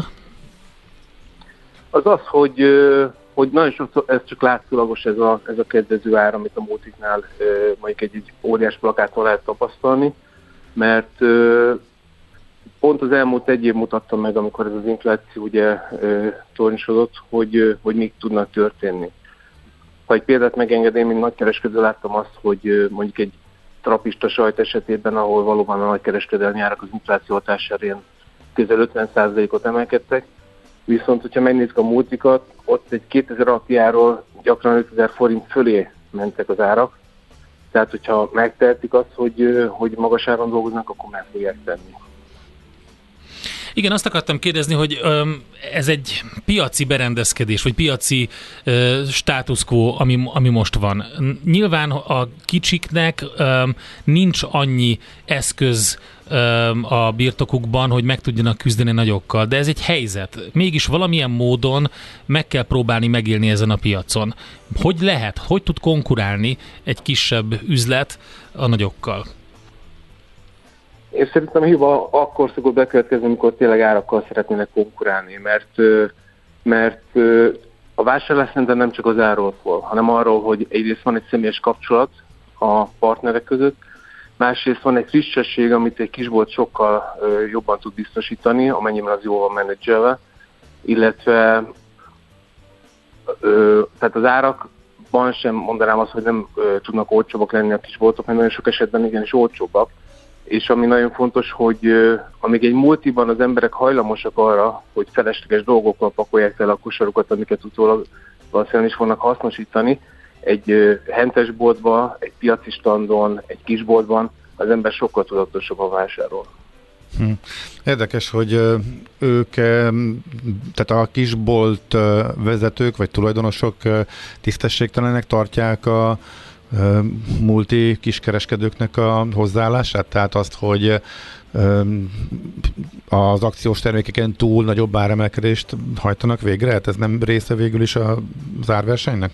Az, hogy nagyon sokszor ez csak látszólagos ez a kedvező ár, amit a multiknál mondjuk egy óriás plakáton lehet tapasztalni, mert pont az elmúlt egy év mutatta meg, amikor ez az infláció ugye tornyosodott, hogy mik tudnak történni. Ha egy példát megengedném, mint nagykereskedő láttam azt, hogy mondjuk egy trapista sajt esetében, ahol valóban a nagykereskedelmi árak az infláció hatására közel 50%-ot emelkedtek, viszont hogyha megnézzük a multikat, ott egy 2006 áról gyakran 5000 forint fölé mentek az árak. Tehát, hogyha megtehetik azt, hogy magas áron dolgoznak, akkor meg fogják tenni. Igen, azt akartam kérdezni, hogy ez egy piaci berendezkedés, vagy piaci status quo, ami most van. Nyilván a kicsiknek nincs annyi eszköz a birtokukban, hogy meg tudjanak küzdeni nagyokkal, de ez egy helyzet. Mégis valamilyen módon meg kell próbálni megélni ezen a piacon. Hogy lehet, hogy tud konkurálni egy kisebb üzlet a nagyokkal? Én szerintem a hiba akkor szokott bekövetkezni, amikor tényleg árakkal szeretnének konkurálni, mert a vásárlás szerintem nem csak az árról szól, hanem arról, hogy egyrészt van egy személyes kapcsolat a partnerek között, másrészt van egy frissesség, amit egy kisbolt sokkal jobban tud biztosítani, amennyiben az jól van menedzselve, illetve tehát az árakban sem mondanám azt, hogy nem tudnak olcsóbbak lenni a kisboltok, mert nagyon sok esetben igenis olcsóbbak. És ami nagyon fontos, hogy amíg egy multiban az emberek hajlamosak arra, hogy felesleges dolgokkal pakolják fel a kosarukat, amiket utólag valószínűleg is fognak hasznosítani, egy hentesboltban, egy piaci standon, egy kisboltban az ember sokkal tudatosabban vásárol. Érdekes, hogy ők, tehát a kisbolt vezetők vagy tulajdonosok tisztességtelenek tartják a multi kiskereskedőknek a hozzáállását, tehát azt, hogy az akciós termékeken túl nagyobb áremelkedést hajtanak végre? Hát ez nem része végül is az árversenynek?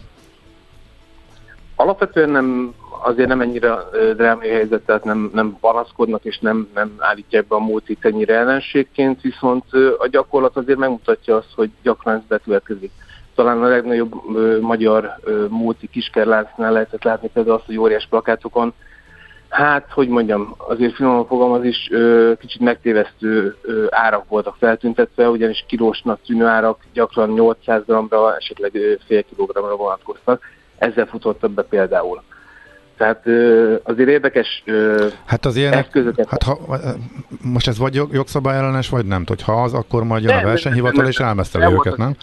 Alapvetően nem, azért nem ennyire drámai helyzet, tehát nem panaszkodnak és nem állítják be a multit ennyire ellenségként, viszont a gyakorlat azért megmutatja azt, hogy gyakran ez bekövetkezik. Talán a legnagyobb magyar multi kiskerláncnál lehetett látni például azt, hogy óriás plakátokon, hát, hogy mondjam, azért finoman fogalmaz is, kicsit megtévesztő árak voltak feltüntetve, ugyanis kilósnak tűnő árak gyakran 800 g-ra, esetleg fél kilogramra vonatkoztak. Ezzel futottak be például. Tehát azért érdekes hát az ilyenek, eszközöket... Hát most ez vagy jogszabályellenes, vagy nem? Ha az, akkor majd jön a versenyhivatal és elmeszteli őket, nem?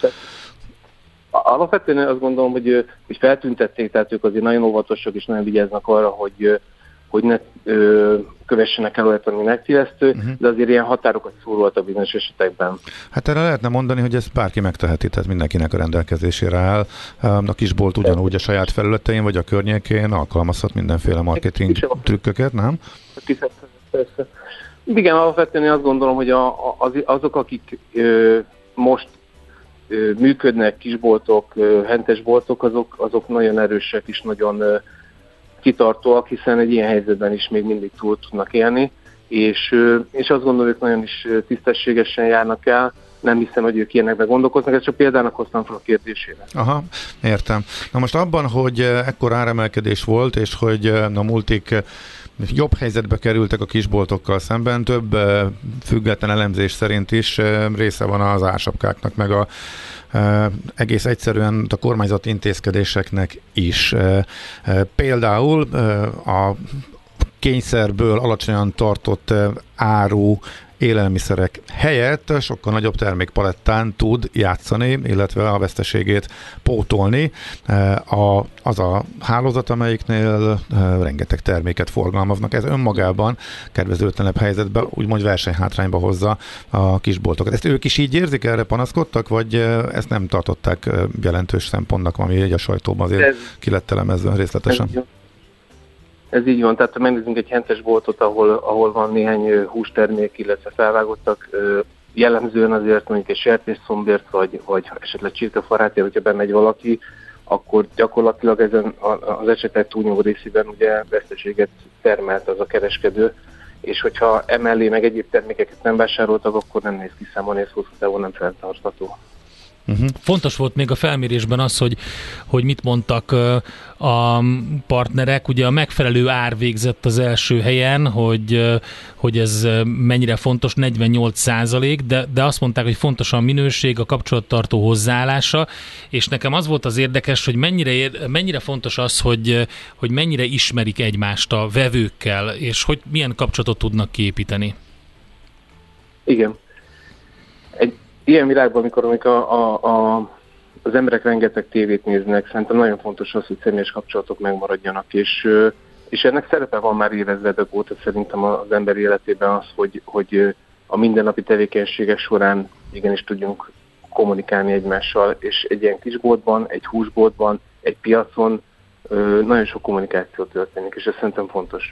Alapvetően azt gondolom, hogy feltüntették, tehát ők azért nagyon óvatosak és nagyon vigyáznak arra, hogy ne kövessenek el olyat, ami megtévesztő, de azért ilyen határokat szóroltak bizonyos esetekben. Hát erre lehetne mondani, hogy ezt bárki megteheti, tehát mindenkinek a rendelkezésére áll. A kisbolt ugyanúgy a saját felületein vagy a környékén alkalmazhat mindenféle marketing trükköket, nem? Persze. Igen, alapvetően én azt gondolom, hogy azok, akik most működnek, kisboltok, hentesboltok, azok nagyon erősek és nagyon kitartóak, hiszen egy ilyen helyzetben is még mindig túl tudnak élni, és azt gondolom, hogy nagyon is tisztességesen járnak el, nem hiszem, hogy ők ilyenekben gondolkoznak, ezt csak példának hoztam fel a kérdésére. Aha, értem. Na most abban, hogy ekkor áremelkedés volt, és hogy a multik jobb helyzetbe kerültek a kisboltokkal szemben, több független elemzés szerint is része van az ársapkáknak, meg egész egyszerűen a kormányzati intézkedéseknek is. Például a kényszerből alacsonyan tartott áru élelmiszerek helyett sokkal nagyobb termékpalettán tud játszani, illetve a veszteségét pótolni. Az a hálózat, amelyiknél rengeteg terméket forgalmaznak. Ez önmagában kedvezőtlenebb helyzetbe, úgymond versenyhátrányba hozza a kisboltokat. Ezt ők is így érzik, erre panaszkodtak, vagy ezt nem tartották jelentős szempontnak, ami egy a sajtóban azért ki lett elemezve részletesen? Ez így van, tehát ha megnézzünk egy hentes boltot, ahol van néhány hústermék, illetve felvágottak, jellemzően azért mondjuk egy sertésszombért, vagy esetleg csirkefarátért, hogyha bemegy valaki, akkor gyakorlatilag ezen az esetek túlnyomó részében ugye veszteséget termelt az a kereskedő, és hogyha emellé meg egyéb termékeket nem vásároltak, akkor nem néz ki számolni, ez hosszú távon nem fenntartható. Fontos volt még a felmérésben az, hogy mit mondtak a partnerek. Ugye a megfelelő ár végzett az első helyen, hogy ez mennyire fontos, 48%, de azt mondták, hogy fontos a minőség, a kapcsolattartó hozzáállása, és nekem az volt az érdekes, hogy mennyire fontos az, hogy mennyire ismerik egymást a vevőkkel, és hogy milyen kapcsolatot tudnak kiépíteni. Igen. Ilyen világban, amikor az emberek rengeteg tévét néznek, szerintem nagyon fontos az, hogy személyes kapcsolatok megmaradjanak, és ennek szerepe van már évezredek óta szerintem az ember életében az, hogy a mindennapi tevékenységek során igenis tudjunk kommunikálni egymással, és egy ilyen kisboltban, egy húsboltban, egy piacon nagyon sok kommunikáció történik, és ez szerintem fontos.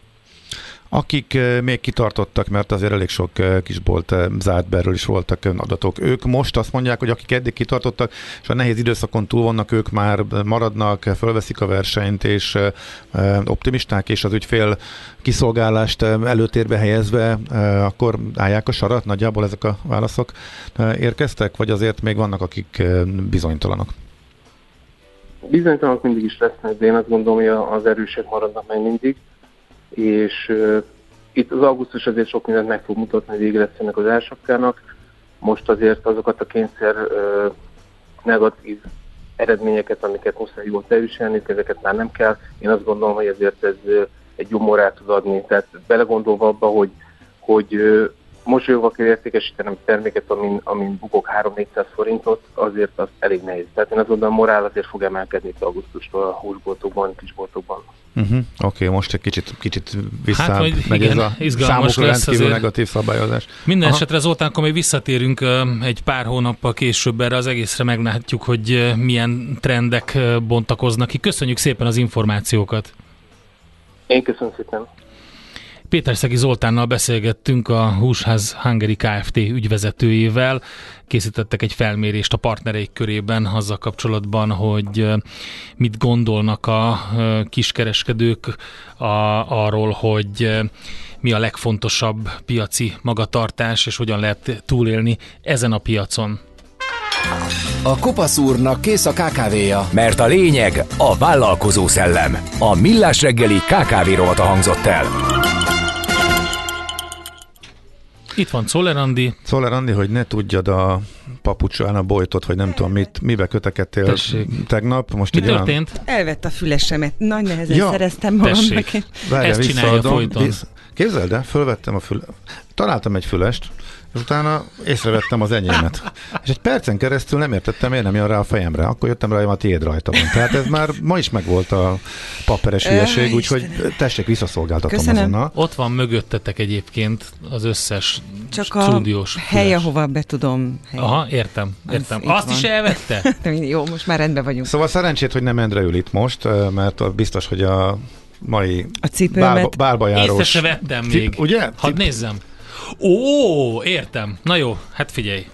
Akik még kitartottak, mert azért elég sok kisbolt zárt be, erről is voltak adatok. Ők most azt mondják, hogy akik eddig kitartottak, és a nehéz időszakon túl vannak, ők már maradnak, fölveszik a versenyt, és optimisták, és az ügyfél kiszolgálást előtérbe helyezve, akkor állják a sarat? Nagyjából ezek a válaszok érkeztek, vagy azért még vannak, akik bizonytalanok? Bizonytalanok mindig is lesznek, de én azt gondolom, hogy az erősek maradnak meg mindig, és itt az augusztus azért sok mindent meg fog mutatni, hogy vége lesz ennek az ársapkának. Most azért azokat a kényszer negatív eredményeket, amiket muszáj jól teljesíteni, ezeket már nem kell. Én azt gondolom, hogy ezért ez egy jó morát tud adni. Tehát belegondolva abba, hogy mosolyogva kell értékesítenem terméket, amin bukok 3-400 forintot, azért az elég nehéz. Tehát én azt gondolom, a morál azért fog emelkedni itt augusztustól a húsboltokban, kisboltokban. Oké, most egy kicsit visszamegy igen, ez a számukra rendkívül negatív szabályozás. Minden esetre, Zoltán, akkor még visszatérünk egy pár hónappal később erre az egészre, meglátjuk, hogy milyen trendek bontakoznak ki. Köszönjük szépen az információkat! Én köszönöm szépen! Péterszegi Zoltánnal beszélgettünk, a Húsház Hungary Kft. Ügyvezetőjével. Készítettek egy felmérést a partnereik körében azzal kapcsolatban, hogy mit gondolnak a kiskereskedők arról, hogy mi a legfontosabb piaci magatartás, és hogyan lehet túlélni ezen a piacon. A Kopasz úrnak kész a KKV-ja. Mert a lényeg a vállalkozó szellem. A Millás reggeli KKV rovata hangzott el. Itt van Czoller Andi. Czoller Andi, hogy ne tudjad a papucsán a bojtot, hogy nem tudom mibe kötekedtél tegnap. Most mi történt? Elvett a fülesemet. Nagy nehezen szereztem magamnak. Ezt csinálja folyton. Képzeld el, fölvettem találtam egy fülest, és utána észrevettem az enyémet. És egy percen keresztül nem értettem, miért nem jön rá a fejemre. Akkor jöttem rá, hogy a tiéd rajta van. Tehát ez már ma is megvolt a papperes hülyeség, úgyhogy tessék, visszaszolgáltatom azonnal. Ott van mögöttetek egyébként az összes csak stúdiós a hely, ahova be tudom helyen. Aha, értem. Azt is elvette? Jó, most már rendben vagyunk. Szóval szerencsét, hogy nem Endre ül itt most, mert biztos, hogy a mai bálbajárós... Észre se vettem még. Ugye? Hadd nézzem. Ó, értem. Na jó, hát figyelj.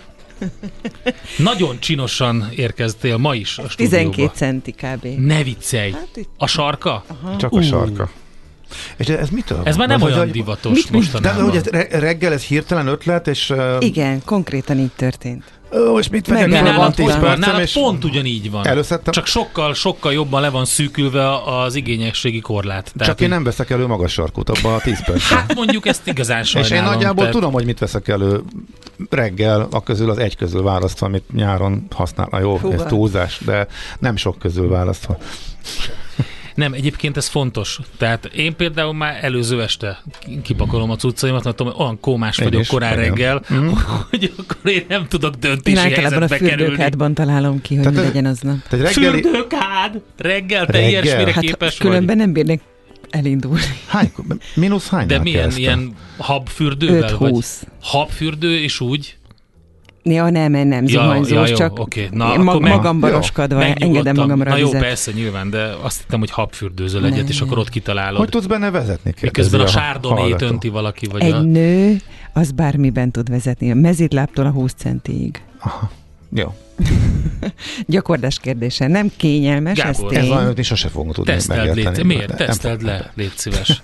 Nagyon csinosan érkeztél ma is a stúdióba. 12 centi kb. Ne viccelj. A sarka? Aha. Csak a sarka. És ez mitől? Ez már nem olyan divatos mostanában. De hogy reggel ez hirtelen ötlet, és... Igen, konkrétan így történt. És mit vegyek? Nálad pont ugyanígy van. Előszedtem. Csak sokkal jobban le van szűkülve az igényességi korlát. Csak én nem veszek elő magas sarkút abban a 10 percben. Hát mondjuk ezt igazán sajnálom. És én nagyjából tudom, hogy mit veszek elő reggel, a közül az egy közül választva, amit nyáron használ. Jó, ez túlzás, de nem sok közül választva. Nem, egyébként ez fontos. Tehát én például már előző este kipakolom a cuccaimat, mert tudom, olyan kómás vagyok korán reggel, hogy akkor én nem tudok döntési helyzetbe kerülni. A fürdőkádban találom ki, hogy mi legyen aznap. Fürdőkád! Reggel te ilyesmire képes vagy? Különben nem bírnék elindulni. Mínusz hány? De milyen ilyen habfürdővel? 5-20. Habfürdő és úgy? Ja, nem zuhanyzós, csak okay. magamba roskadva, engedem magamra a vizet. Na jó, persze, nyilván, de azt hittem, hogy habfürdőzöl egyet, és akkor ott kitalálod. Hogy tudsz benne vezetni? Miközben a sárdonét önti valaki, vagy egy nő, az bármiben tud vezetni, a mezitlábtól a 20 centig. Aha, jó. Gyakorlás kérdése, nem kényelmes, Gábor, ez tény. Ez van, hogy sose fogunk tudni megérteni. Miért? Teszteld le, légy szíves.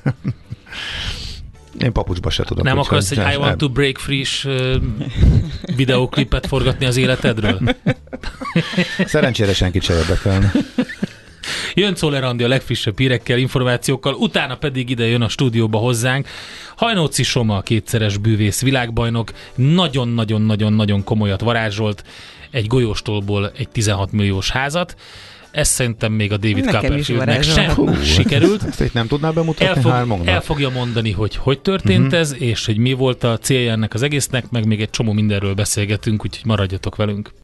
Én papucsba se tudom. Nem akarsz egy I Want to Break Free-s videóklipet forgatni az életedről? Szerencsére senkit se érdekelne. Jön Czoller Andi a legfrissebb hírekkel, információkkal, utána pedig ide jön a stúdióba hozzánk Hajnóci Soma, kétszeres bűvész világbajnok, nagyon-nagyon-nagyon komolyat varázsolt, egy golyóstólból egy 16 milliós házat. Ez szerintem még a David Copperfieldnek sem sikerült. Ezt itt nem tudná bemutatni? El fogja mondani, hogy történt ez, és hogy mi volt a célja ennek az egésznek, meg még egy csomó mindenről beszélgetünk, úgyhogy maradjatok velünk.